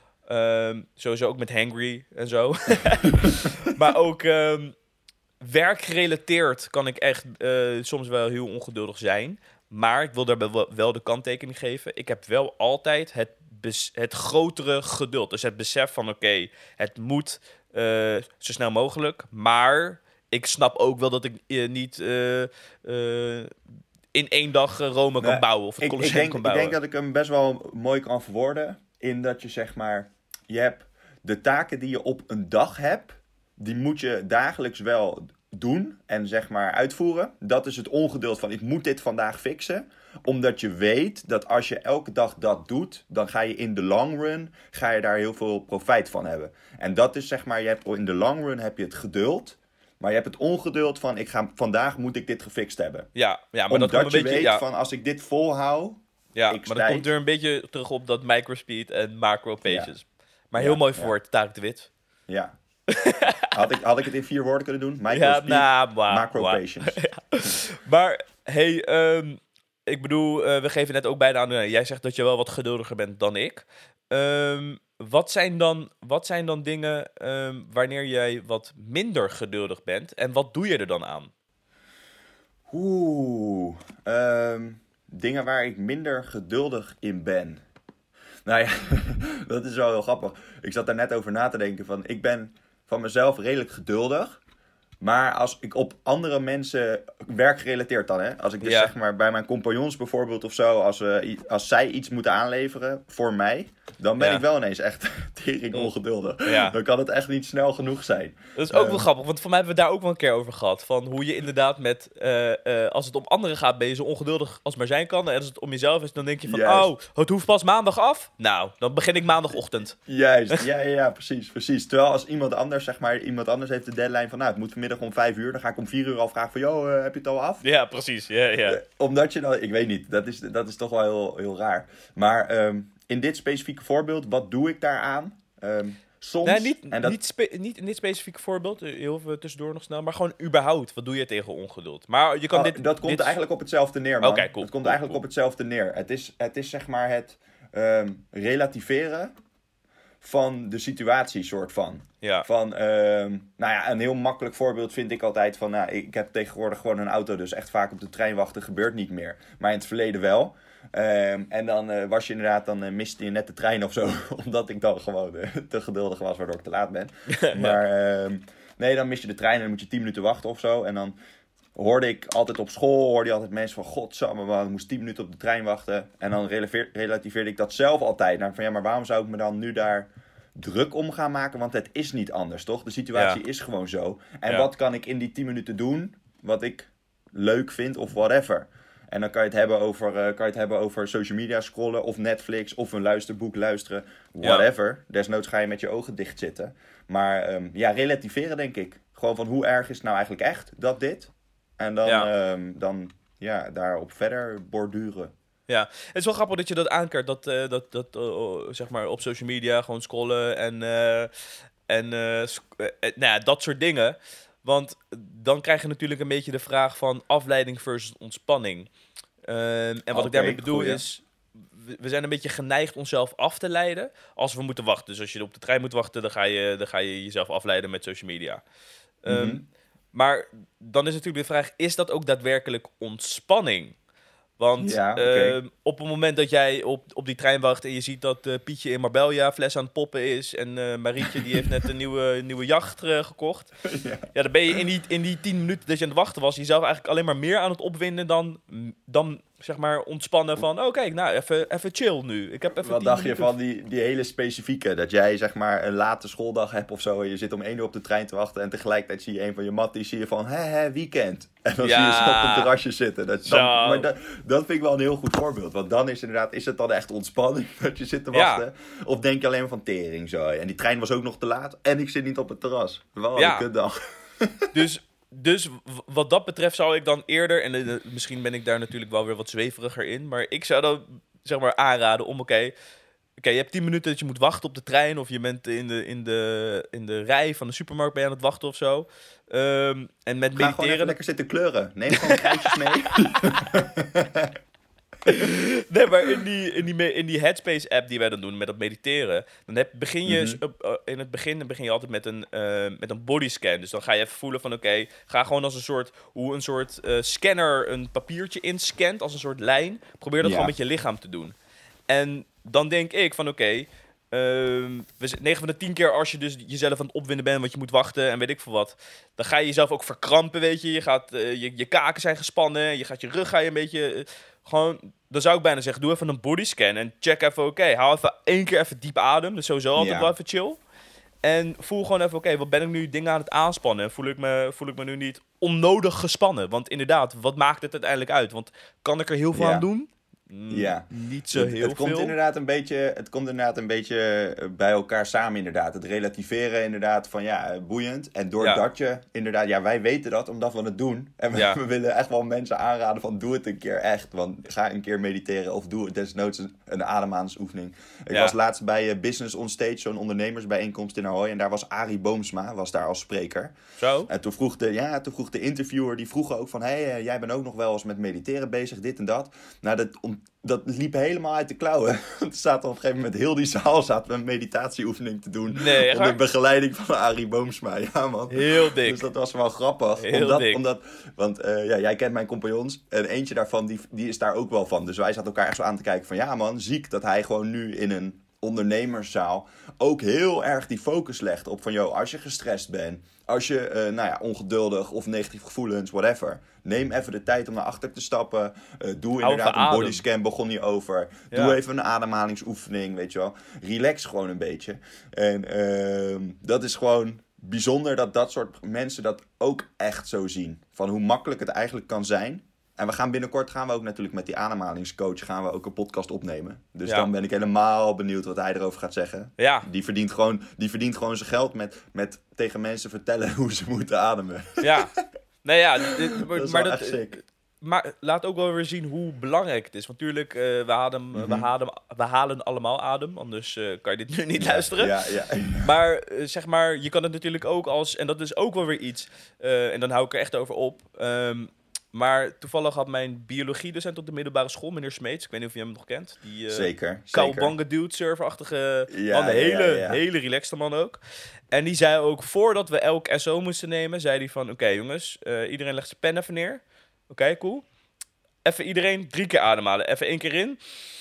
Um, sowieso ook met hangry en zo. Maar ook um, werkgerelateerd kan ik echt uh, soms wel heel ongeduldig zijn. Maar ik wil daar wel, wel de kanttekening geven. Ik heb wel altijd het, bes- het grotere geduld. Dus het besef van oké, okay, het moet uh, zo snel mogelijk, maar... Ik snap ook wel dat ik uh, niet uh, uh, in één dag uh, Rome kan nee, bouwen of het Colosseum kan bouwen. Ik denk dat ik hem best wel mooi kan verwoorden. In dat je zeg maar, je hebt de taken die je op een dag hebt, die moet je dagelijks wel doen en zeg maar uitvoeren. Dat is het ongeduld van ik moet dit vandaag fixen. Omdat je weet dat als je elke dag dat doet, dan ga je in de long run, ga je daar heel veel profijt van hebben. En dat is zeg maar, je hebt in de long run heb je het geduld. Maar je hebt het ongeduld van, ik ga, vandaag moet ik dit gefixt hebben. Ja, ja maar Omdat dat komt je een beetje, weet ja. van, als ik dit volhoud, ja, ik maar dat komt er een beetje terug op dat microspeed en macro pages. Ja. Maar heel ja, mooi verwoord, ja. Tarek de Wit. Ja. had, ik, had ik het in vier woorden kunnen doen? Microspeed, ja, nah, bah, macro bah. pages. ja. Maar, hey, um, ik bedoel, uh, we geven net ook bijna aan, uh, jij zegt dat je wel wat geduldiger bent dan ik. Um, Wat zijn dan, wat zijn dan dingen um, wanneer jij wat minder geduldig bent? En wat doe je er dan aan? Oeh, um, dingen waar ik minder geduldig in ben. Nou ja, dat is wel heel grappig. Ik zat daar net over na te denken van, ik ben van mezelf redelijk geduldig. Maar als ik op andere mensen, werkgerelateerd dan, hè? Als ik dus ja. zeg maar bij mijn compagnons bijvoorbeeld of zo, als, uh, als zij iets moeten aanleveren voor mij, dan ben ja. ik wel ineens echt tering ongeduldig. Ja. Dan kan het echt niet snel genoeg zijn. Dat is ook um, wel grappig, want voor mij hebben we het daar ook wel een keer over gehad. Van hoe je inderdaad met, uh, uh, als het om anderen gaat, ben je zo ongeduldig als maar zijn kan. En als het om jezelf is, dan denk je van, Juist. oh, het hoeft pas maandag af? Nou, dan begin ik maandagochtend. Juist, ja, ja, ja, precies, precies. Terwijl als iemand anders, zeg maar, iemand anders heeft de deadline van, nou, het moet vanmiddag om vijf uur, dan ga ik om vier uur al vragen van, joh, uh, heb je het al af? Ja, precies, ja, ja. Uh, omdat je dan, ik weet niet, dat is, dat is toch wel heel, heel raar. Maar um, in dit specifieke voorbeeld, wat doe ik daaraan? Um, soms... Nee, niet, en dat... niet, spe- niet in dit specifieke voorbeeld, heel veel tussendoor nog snel, maar gewoon überhaupt, wat doe je tegen ongeduld? Maar je kan oh, dit... Dat komt dit... eigenlijk op hetzelfde neer, man. Okay, cool, het komt cool, eigenlijk cool. op hetzelfde neer. Het is, het is zeg maar het um, relativeren van de situatie, soort van. Ja. Van, um, nou ja, een heel makkelijk voorbeeld vind ik altijd van, nou, ik heb tegenwoordig gewoon een auto, dus echt vaak op de trein wachten gebeurt niet meer. Maar in het verleden wel. Um, en dan uh, was je inderdaad, dan uh, miste je net de trein of zo, omdat ik dan gewoon uh, te geduldig was, waardoor ik te laat ben. Maar um, nee, dan mis je de trein en dan moet je tien minuten wachten of zo. En dan hoorde ik altijd op school, hoorde je altijd mensen van, godsamme man, ik moest tien minuten op de trein wachten. En dan relativeerde ik dat zelf altijd. Nou, van ja, maar waarom zou ik me dan nu daar druk om gaan maken? Want het is niet anders, toch? De situatie ja. is gewoon zo. En ja. wat kan ik in die tien minuten doen, wat ik leuk vind of whatever? En dan kan je het hebben over, uh, kan je het hebben over social media scrollen of Netflix of een luisterboek luisteren. Whatever. Ja. Desnoods ga je met je ogen dicht zitten. Maar um, ja, relativeren denk ik. Gewoon van hoe erg is het nou eigenlijk echt dat dit? En dan, ja. Um, dan ja, daarop verder borduren. Ja, het is wel grappig dat je dat aankaart. Dat, uh, dat, dat uh, zeg maar op social media gewoon scrollen en, uh, en uh, sc- uh, nou ja, dat soort dingen. Want dan krijg je natuurlijk een beetje de vraag van afleiding versus ontspanning. Um, en wat okay, ik daarmee bedoel goeie. is, we zijn een beetje geneigd onszelf af te leiden als we moeten wachten. Dus als je op de trein moet wachten, dan ga je, dan ga je jezelf afleiden met social media. Um, Mm-hmm. Maar dan is natuurlijk de vraag, is dat ook daadwerkelijk ontspanning? Want Ja, okay. uh, op het moment dat jij op, op die trein wacht en je ziet dat uh, Pietje in Marbella fles aan het poppen is en uh, Marietje die heeft net een nieuwe, nieuwe jacht uh, gekocht. Ja. ja, dan ben je in die, in die tien minuten dat je aan het wachten was, jezelf eigenlijk alleen maar meer aan het opwinden dan, dan zeg maar ontspannen van, oh kijk, nou even, even chill nu. Ik heb even Wat dacht minuten... je van die, die hele specifieke, dat jij zeg maar een late schooldag hebt of zo en je zit om één uur op de trein te wachten en tegelijkertijd zie je een van je matties, zie je van, hè hè, weekend. En dan Ja. zie je ze op een terrasje zitten. Dat, dan, Zo. maar dat, dat vind ik wel een heel goed voorbeeld, want dan is inderdaad, is het dan echt ontspanning dat je zit te wachten? Ja. Of denk je alleen maar van tering zo? En die trein was ook nog te laat en ik zit niet op het terras. Wel Ja. een kutdag. Dus, dus w- wat dat betreft zou ik dan eerder, en uh, misschien ben ik daar natuurlijk wel weer wat zweveriger in, maar ik zou dan zeg maar aanraden om, oké, okay, okay, je hebt tien minuten dat je moet wachten op de trein, of je bent in de, in de, in de rij van de supermarkt ben je aan het wachten of zo. Um, en met Ga gewoon mediteren... even lekker zitten kleuren. Neem gewoon krijtjes mee. Nee, maar in die, in die, in die Headspace-app die wij dan doen met dat mediteren, dan heb, begin je Mm-hmm. uh, uh, in het begin dan begin je altijd met een, uh, met een bodyscan. Dus dan ga je even voelen van oké, okay, ga gewoon als een soort, hoe een soort uh, scanner een papiertje inscant, als een soort lijn. Probeer dat ja. gewoon met je lichaam te doen. En dan denk ik van oké, okay, Um, negen van de tien keer als je dus jezelf aan het opwinden bent, want je moet wachten en weet ik veel wat, dan ga je jezelf ook verkrampen, weet je. Je, gaat, uh, je, je kaken zijn gespannen, je gaat je rug ga je een beetje... Uh, gewoon, dan zou ik bijna zeggen, doe even een bodyscan en check even, oké, okay, haal even één keer even diep adem. Dus sowieso altijd ja. wel even chill. En voel gewoon even, oké, okay, wat ben ik nu dingen aan het aanspannen? Voel ik, me, voel ik me nu niet onnodig gespannen? Want inderdaad, wat maakt het uiteindelijk uit? Want kan ik er heel veel ja. aan doen? Ja, niet zo het, heel het veel. Komt inderdaad een beetje, het komt inderdaad een beetje bij elkaar samen inderdaad. Het relativeren inderdaad van ja, boeiend. En doordat ja. je inderdaad, ja wij weten dat omdat we het doen. En we, ja. we willen echt wel mensen aanraden van doe het een keer echt. Want ga een keer mediteren of doe het desnoods een, een ademhalingsoefening. Ik ja. was laatst bij uh, Business on Stage, zo'n ondernemersbijeenkomst in Ahoy. En daar was Arie Boomsma, was daar als spreker. Zo? En toen vroeg de, ja, toen vroeg de interviewer, die vroeg ook van hé, hey, jij bent ook nog wel eens met mediteren bezig, dit en dat. Nou, dat om Dat liep helemaal uit de klauwen. Er zaten op een gegeven moment heel die zaal zaten we een meditatieoefening te doen. Nee, onder de begeleiding van Arie Boomsma. Ja, man. Heel dik. Dus dat was wel grappig. Heel omdat, dik. Omdat, want uh, ja, jij kent mijn compagnons. En eentje daarvan, die, die is daar ook wel van. Dus wij zaten elkaar echt zo aan te kijken van ja man, ziek dat hij gewoon nu in een ondernemerszaal ook heel erg die focus legt op van joh, als je gestrest bent, als je uh, nou ja, ongeduldig of negatieve gevoelens, whatever, neem even de tijd om naar achter te stappen. Uh, doe Hou inderdaad een adem. bodyscan, begon je over. Ja. Doe even een ademhalingsoefening, weet je wel. Relax gewoon een beetje. En uh, dat is gewoon bijzonder dat dat soort mensen dat ook echt zo zien. Van hoe makkelijk het eigenlijk kan zijn. En we gaan binnenkort gaan we ook natuurlijk met die ademhalingscoach gaan we ook een podcast opnemen. Dus ja. dan ben ik helemaal benieuwd wat hij erover gaat zeggen. Ja. Die verdient gewoon, die verdient gewoon zijn geld met, met tegen mensen vertellen hoe ze moeten ademen. Ja. Nou ja, dit, maar, dat is maar wel dat, echt sick. Maar laat ook wel weer zien hoe belangrijk het is. Want natuurlijk, uh, we, mm-hmm. we, halen, we halen allemaal adem. Anders uh, kan je dit nu niet ja, luisteren. Ja, ja. Maar uh, zeg maar, je kan het natuurlijk ook als... En dat is ook wel weer iets. Uh, en dan hou ik er echt over op. Um, Maar toevallig had mijn biologiedocent op de middelbare school, meneer Smeets, ik weet niet of je hem nog kent. Die uh, zeker, Cowabunga dude, surferachtige ja, man, een hele, ja, ja. hele relaxte man ook. En die zei ook, voordat we elk S O moesten nemen, zei hij van, oké okay, jongens, uh, iedereen legt zijn pen even neer. Oké, okay, cool. Even iedereen drie keer ademhalen. Even één keer in.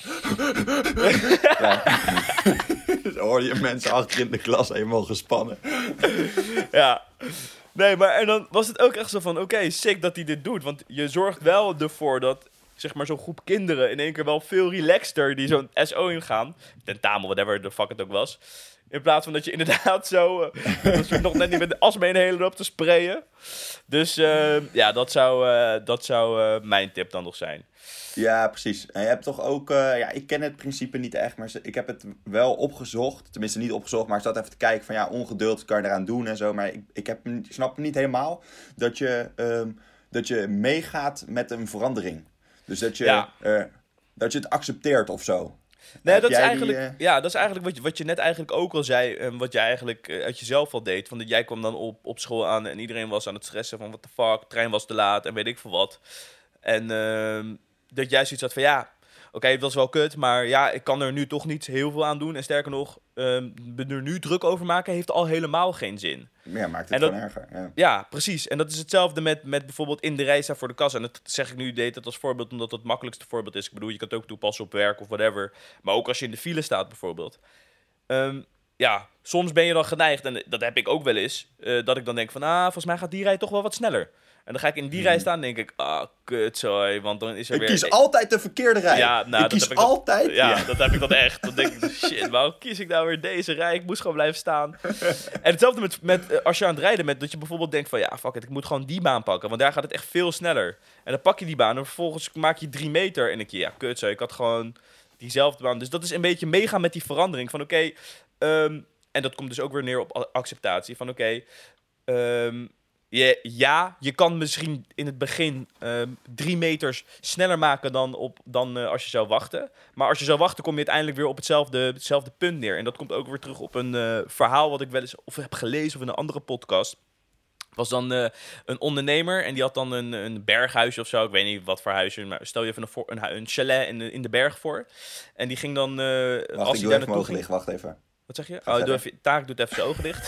Ja. Dus hoor je mensen achter in de klas helemaal gespannen. Ja. Nee, maar en dan was het ook echt zo van, oké, okay, sick dat hij dit doet. Want je zorgt wel ervoor dat, zeg maar, zo'n groep kinderen in één keer wel veel relaxter die zo'n S O ingaan. Tentamen, whatever the fuck het ook was. In plaats van dat je inderdaad zo, uh, dat je nog net niet met de as mee een hele loop te sprayen. Dus uh, ja, dat zou, uh, dat zou uh, mijn tip dan nog zijn. Ja, precies. En je hebt toch ook... Uh, ja, ik ken het principe niet echt, maar ik heb het wel opgezocht. Tenminste, niet opgezocht, maar ik zat even te kijken van... ja, ongeduld kan je eraan doen en zo. Maar ik, ik, heb, ik snap niet helemaal dat je, um, dat je meegaat met een verandering. Dus dat je, ja. uh, dat je het accepteert of zo. Nee, dat is, jij eigenlijk, die, uh... ja, dat is eigenlijk wat je, wat je net eigenlijk ook al zei. En wat je eigenlijk uh, uit jezelf al deed. Want jij kwam dan op, op school aan en iedereen was aan het stressen van... what the fuck, de trein was te laat en weet ik veel wat. En uh, dat jij zoiets had van ja... Oké, okay, dat is wel kut, maar ja, ik kan er nu toch niet heel veel aan doen. En sterker nog, um, me er nu druk over maken heeft al helemaal geen zin. Ja, maakt het en dat, gewoon erger. Ja. ja, precies. En dat is hetzelfde met, met bijvoorbeeld in de rij staan voor de kassa. En dat zeg ik nu, deed het als voorbeeld, omdat het het makkelijkste voorbeeld is. Ik bedoel, je kan het ook toepassen op werk of whatever. Maar ook als je in de file staat bijvoorbeeld. Um, ja, soms ben je dan geneigd, en dat heb ik ook wel eens, uh, dat ik dan denk van, ah, volgens mij gaat die rij toch wel wat sneller. En dan ga ik in die hmm. rij staan en denk ik, ah, kutzooi, want dan is er ik weer... Ik kies altijd de verkeerde rij. Ja, nou, ik kies ik altijd... Dan, ja, ja, dat heb ik dan echt. Dan denk ik, shit, waarom kies ik nou weer deze rij? Ik moest gewoon blijven staan. En hetzelfde met, met uh, als je aan het rijden bent, dat je bijvoorbeeld denkt van, ja, fuck it, ik moet gewoon die baan pakken, want daar gaat het echt veel sneller. En dan pak je die baan en vervolgens maak je drie meter en ik, ja, kutzooi, ik had gewoon diezelfde baan. Dus dat is een beetje meegaan met die verandering van, oké, okay, um, en dat komt dus ook weer neer op acceptatie van, oké, okay, um, Je, ja, je kan misschien in het begin uh, drie meters sneller maken dan, op, dan uh, als je zou wachten. Maar als je zou wachten, kom je uiteindelijk weer op hetzelfde, hetzelfde punt neer. En dat komt ook weer terug op een uh, verhaal wat ik wel eens of heb gelezen of in een andere podcast. Was dan uh, een ondernemer en die had dan een, een berghuisje of zo. Ik weet niet wat voor huisje, maar stel je even een, voor, een, een chalet in de, in de berg voor. En die ging dan... Uh, wacht, als ik hij doe even ogen dicht, wacht even. Wat zeg je? Oh, doe even, Tarek doet even zijn ogen dicht.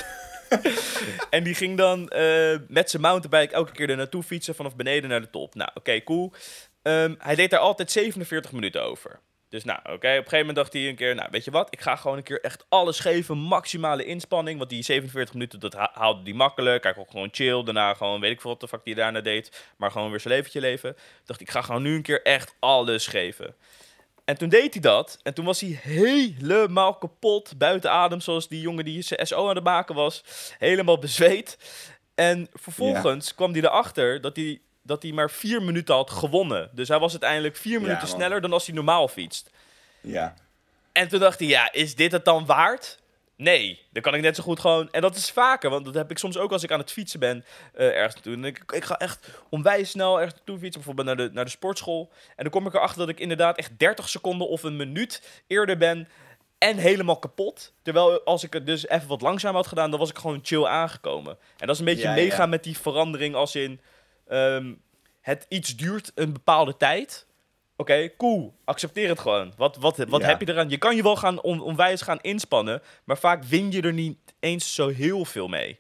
En die ging dan uh, met zijn mountainbike elke keer er naartoe fietsen vanaf beneden naar de top. Nou, oké, okay, cool. Um, hij deed daar altijd zevenenveertig minuten over. Dus nou, oké, okay, op een gegeven moment dacht hij een keer, nou, weet je wat? Ik ga gewoon een keer echt alles geven, maximale inspanning. Want die zevenenveertig minuten, dat ha- haalde hij makkelijk. Hij kon gewoon chill, daarna gewoon, weet ik veel wat de fuck die daarna deed. Maar gewoon weer zijn leventje leven. Dacht ik, ga gewoon nu een keer echt alles geven. En toen deed hij dat. En toen was hij helemaal kapot, buiten adem, zoals die jongen die zijn S O aan het maken was. Helemaal bezweet. En vervolgens ja. kwam hij erachter dat hij, dat hij maar vier minuten had gewonnen. Dus hij was uiteindelijk vier minuten ja, sneller dan als hij normaal fietst. Ja. En toen dacht hij, ja, is dit het dan waard? Nee, dan kan ik net zo goed gewoon... En dat is vaker, want dat heb ik soms ook als ik aan het fietsen ben uh, ergens naartoe. En ik, ik ga echt onwijs snel ergens naartoe fietsen, bijvoorbeeld naar de, naar de sportschool. En dan kom ik erachter dat ik inderdaad echt dertig seconden of een minuut eerder ben en helemaal kapot. Terwijl als ik het dus even wat langzamer had gedaan, dan was ik gewoon chill aangekomen. En dat is een beetje ja, meegaan ja. met die verandering als in... Um, het iets duurt een bepaalde tijd... Oké, okay, cool. Accepteer het gewoon. Wat, wat, wat ja. heb je eraan? Je kan je wel gaan on, onwijs gaan inspannen, maar vaak win je er niet eens zo heel veel mee.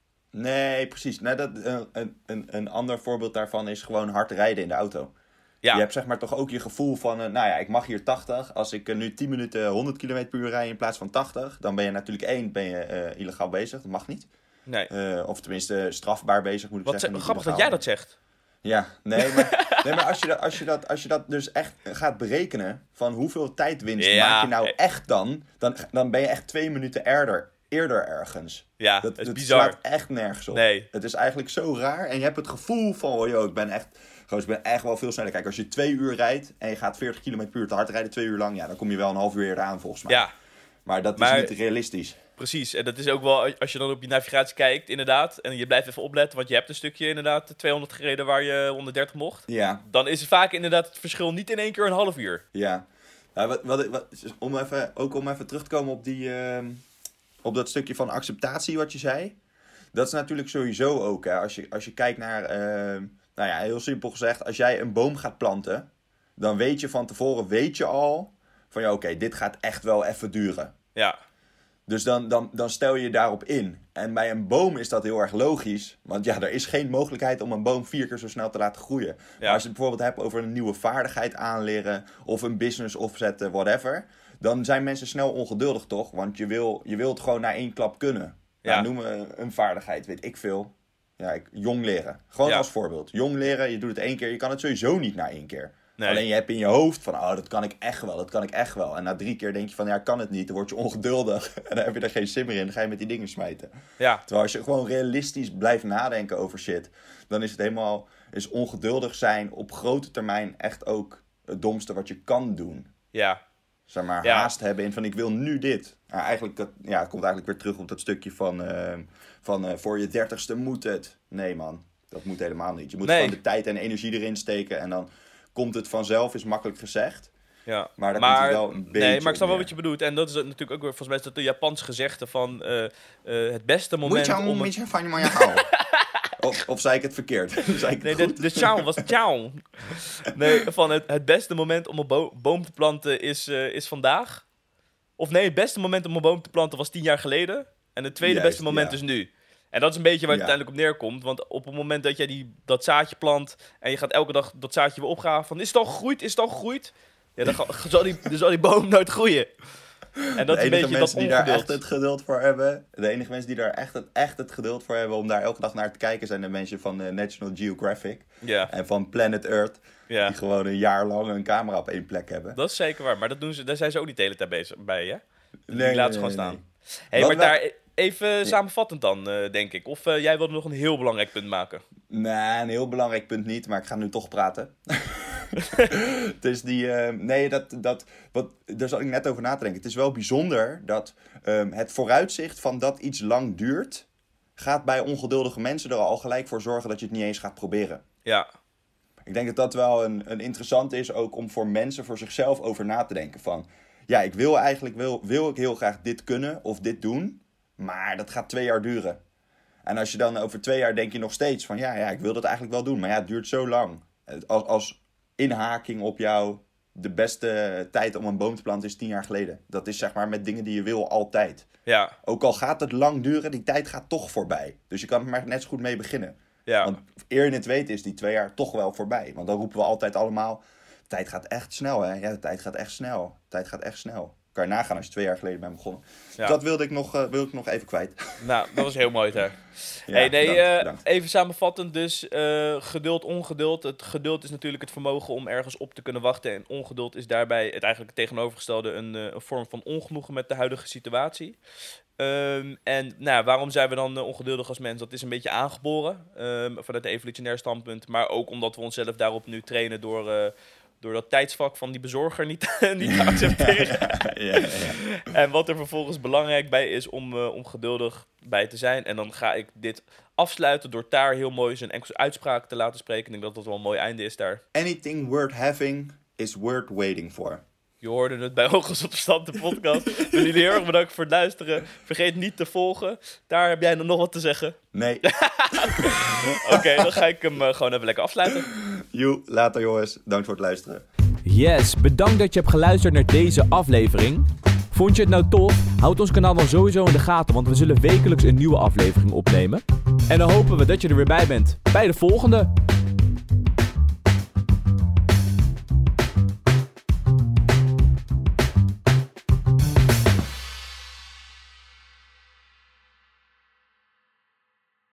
Nee, precies. Nee, dat, uh, een, een, een ander voorbeeld daarvan is gewoon hard rijden in de auto. Ja. Je hebt zeg maar toch ook je gevoel van, uh, nou ja, ik mag hier tachtig. Als ik uh, nu tien minuten honderd kilometer per uur rij in plaats van tachtig, dan ben je natuurlijk één, ben je uh, illegaal bezig. Dat mag niet. Nee. Uh, of tenminste strafbaar bezig, moet ik wat zeggen. Wat grappig dat jij dat zegt. Ja, nee, maar, nee, maar als, je dat, als, je dat, als je dat dus echt gaat berekenen van hoeveel tijdwinst ja, maak je nou echt dan, dan, dan ben je echt twee minuten eerder, eerder ergens. Ja, dat, dat is dat bizar. slaat echt nergens op. Nee. Het is eigenlijk zo raar en je hebt het gevoel van, oh joh, ik ben echt, gewoon, ik ben echt wel veel sneller. Kijk, als je twee uur rijdt en je gaat veertig kilometer per uur te hard rijden, twee uur lang, ja, dan kom je wel een half uur eerder aan volgens mij. Ja. Maar dat maar, is niet realistisch. Precies, en dat is ook wel, als je dan op je navigatie kijkt, inderdaad, en je blijft even opletten, want je hebt een stukje inderdaad tweehonderd gereden waar je honderddertig mocht. Ja. Dan is het vaak inderdaad het verschil niet in één keer een half uur. Ja. Nou, wat, wat, wat, om even, ook om even terug te komen op, die, uh, op dat stukje van acceptatie wat je zei. Dat is natuurlijk sowieso ook, hè, als je, als je kijkt naar, uh, nou ja, heel simpel gezegd, als jij een boom gaat planten, dan weet je van tevoren, weet je al, van ja, oké, okay, dit gaat echt wel even duren. Ja. Dus dan, dan, dan stel je je daarop in. En bij een boom is dat heel erg logisch. Want ja, er is geen mogelijkheid om een boom vier keer zo snel te laten groeien. Ja. Maar als je het bijvoorbeeld hebt over een nieuwe vaardigheid aanleren, of een business opzetten, whatever, dan zijn mensen snel ongeduldig toch? Want je wil, je wil het gewoon na één klap kunnen. Ja. Nou, noem een, een vaardigheid, weet ik veel. Ja, ik, jong leren. Gewoon ja. als voorbeeld. Jong leren, je doet het één keer, je kan het sowieso niet na één keer. Nee. Alleen je hebt in je hoofd van, oh, dat kan ik echt wel, dat kan ik echt wel. En na drie keer denk je van, ja, ik kan het niet. Dan word je ongeduldig en dan heb je er geen zin meer in. Dan ga je met die dingen smijten. Ja. Terwijl als je gewoon realistisch blijft nadenken over shit, dan is het helemaal, is ongeduldig zijn op grote termijn echt ook het domste wat je kan doen. Ja. Zeg maar, ja. haast hebben in van, ik wil nu dit. Nou, eigenlijk, dat, ja, het komt eigenlijk weer terug op dat stukje van, uh, van uh, voor je dertigste moet het. Nee man, dat moet helemaal niet. Je moet nee. gewoon de tijd en energie erin steken en dan komt het vanzelf, is makkelijk gezegd. Ja. Maar dat moet je wel een beetje nee, maar ik snap wel meer. wat je bedoelt. En dat is het natuurlijk ook weer, volgens mij is dat de Japanse gezegde van uh, uh, het beste moment Moet je om... een van je maar houden. Of, of zei ik het verkeerd? zei ik het nee, goed? de, de chow was chow. Nee, van het, het beste moment om een bo- boom te planten is, uh, is vandaag. Of nee, het beste moment om een boom te planten was tien jaar geleden. En het tweede Juist, beste moment ja. is nu. En dat is een beetje waar het Ja. uiteindelijk op neerkomt. Want op het moment dat jij die, dat zaadje plant en je gaat elke dag dat zaadje weer opgraven van is het al gegroeid, is het al gegroeid? Ja, dan, ga, zal, die, dan zal die boom nooit groeien. En dat de is een enige beetje dat mensen die daar ongeduld. echt het geduld voor hebben, de enige mensen die daar echt het, echt het geduld voor hebben om daar elke dag naar te kijken, zijn de mensen van uh, National Geographic Ja, en van Planet Earth, ja, die gewoon een jaar lang een camera op één plek hebben. dat is zeker waar. Maar dat doen ze, daar zijn ze ook niet de hele tijd bezig bij, hè? Die Nee, laten ze nee, gewoon nee, staan. Hey, Wat maar wel- daar even samenvattend dan, uh, denk ik. Of uh, jij wilde nog een heel belangrijk punt maken. Nee, een heel belangrijk punt niet, maar ik ga nu toch praten. Dus die, uh, nee, dat, dat, wat, daar zat ik net over na te denken. Het is wel bijzonder dat um, het vooruitzicht van dat iets lang duurt, gaat bij ongeduldige mensen er al gelijk voor zorgen dat je het niet eens gaat proberen. Ja, Ik denk dat dat wel een, een interessant is, ook om voor mensen, voor zichzelf over na te denken. Van, ja, ik wil eigenlijk, wil, wil ik heel graag dit kunnen of dit doen, maar dat gaat twee jaar duren. En als je dan over twee jaar denk je nog steeds van, ja, ja, ik wil dat eigenlijk wel doen, maar ja, het duurt zo lang. Als, als inhaking op jou, de beste tijd om een boom te planten is tien jaar geleden. Dat is zeg maar met dingen die je wil altijd. ja, Ook al gaat het lang duren, die tijd gaat toch voorbij. Dus je kan er maar net zo goed mee beginnen. ja. Want eer je het weet is die twee jaar toch wel voorbij. Want dan roepen we altijd allemaal, de tijd gaat echt snel, hè. Ja, de tijd gaat echt snel. De tijd gaat echt snel. Kan je nagaan als je twee jaar geleden bent begonnen. Ja. Dat wilde ik nog, uh, wilde ik nog even kwijt. Nou, dat was heel mooi, hè. Ja, hey, nee, bedankt, uh, bedankt. even samenvattend dus, uh, geduld, ongeduld. Het geduld is natuurlijk het vermogen om ergens op te kunnen wachten. En ongeduld is daarbij het eigenlijk het tegenovergestelde een, uh, een vorm van ongenoegen met de huidige situatie. Um, en nou, waarom zijn we dan uh, ongeduldig als mens? Dat is een beetje aangeboren um, vanuit een evolutionair standpunt. Maar ook omdat we onszelf daarop nu trainen door, uh, door dat tijdsvak van die bezorger niet, niet te accepteren. ja, ja. En wat er vervolgens belangrijk bij is om, uh, om geduldig bij te zijn. En dan ga ik dit afsluiten door Taar heel mooi zijn Engelse uitspraak te laten spreken. Ik denk dat dat wel een mooi einde is daar. Anything worth having is worth waiting for. Je hoorde het bij Ongezond Verstand, de podcast. Ik wil jullie heel erg bedanken voor het luisteren. Vergeet niet te volgen. Daar heb jij nog wat te zeggen. Nee. Oké, okay, dan ga ik hem uh, gewoon even lekker afsluiten. Joe, later jongens. Dank voor het luisteren. Yes, bedankt dat je hebt geluisterd naar deze aflevering. Vond je het nou tof? Houd ons kanaal dan sowieso in de gaten, want we zullen wekelijks een nieuwe aflevering opnemen. En dan hopen we dat je er weer bij bent bij de volgende.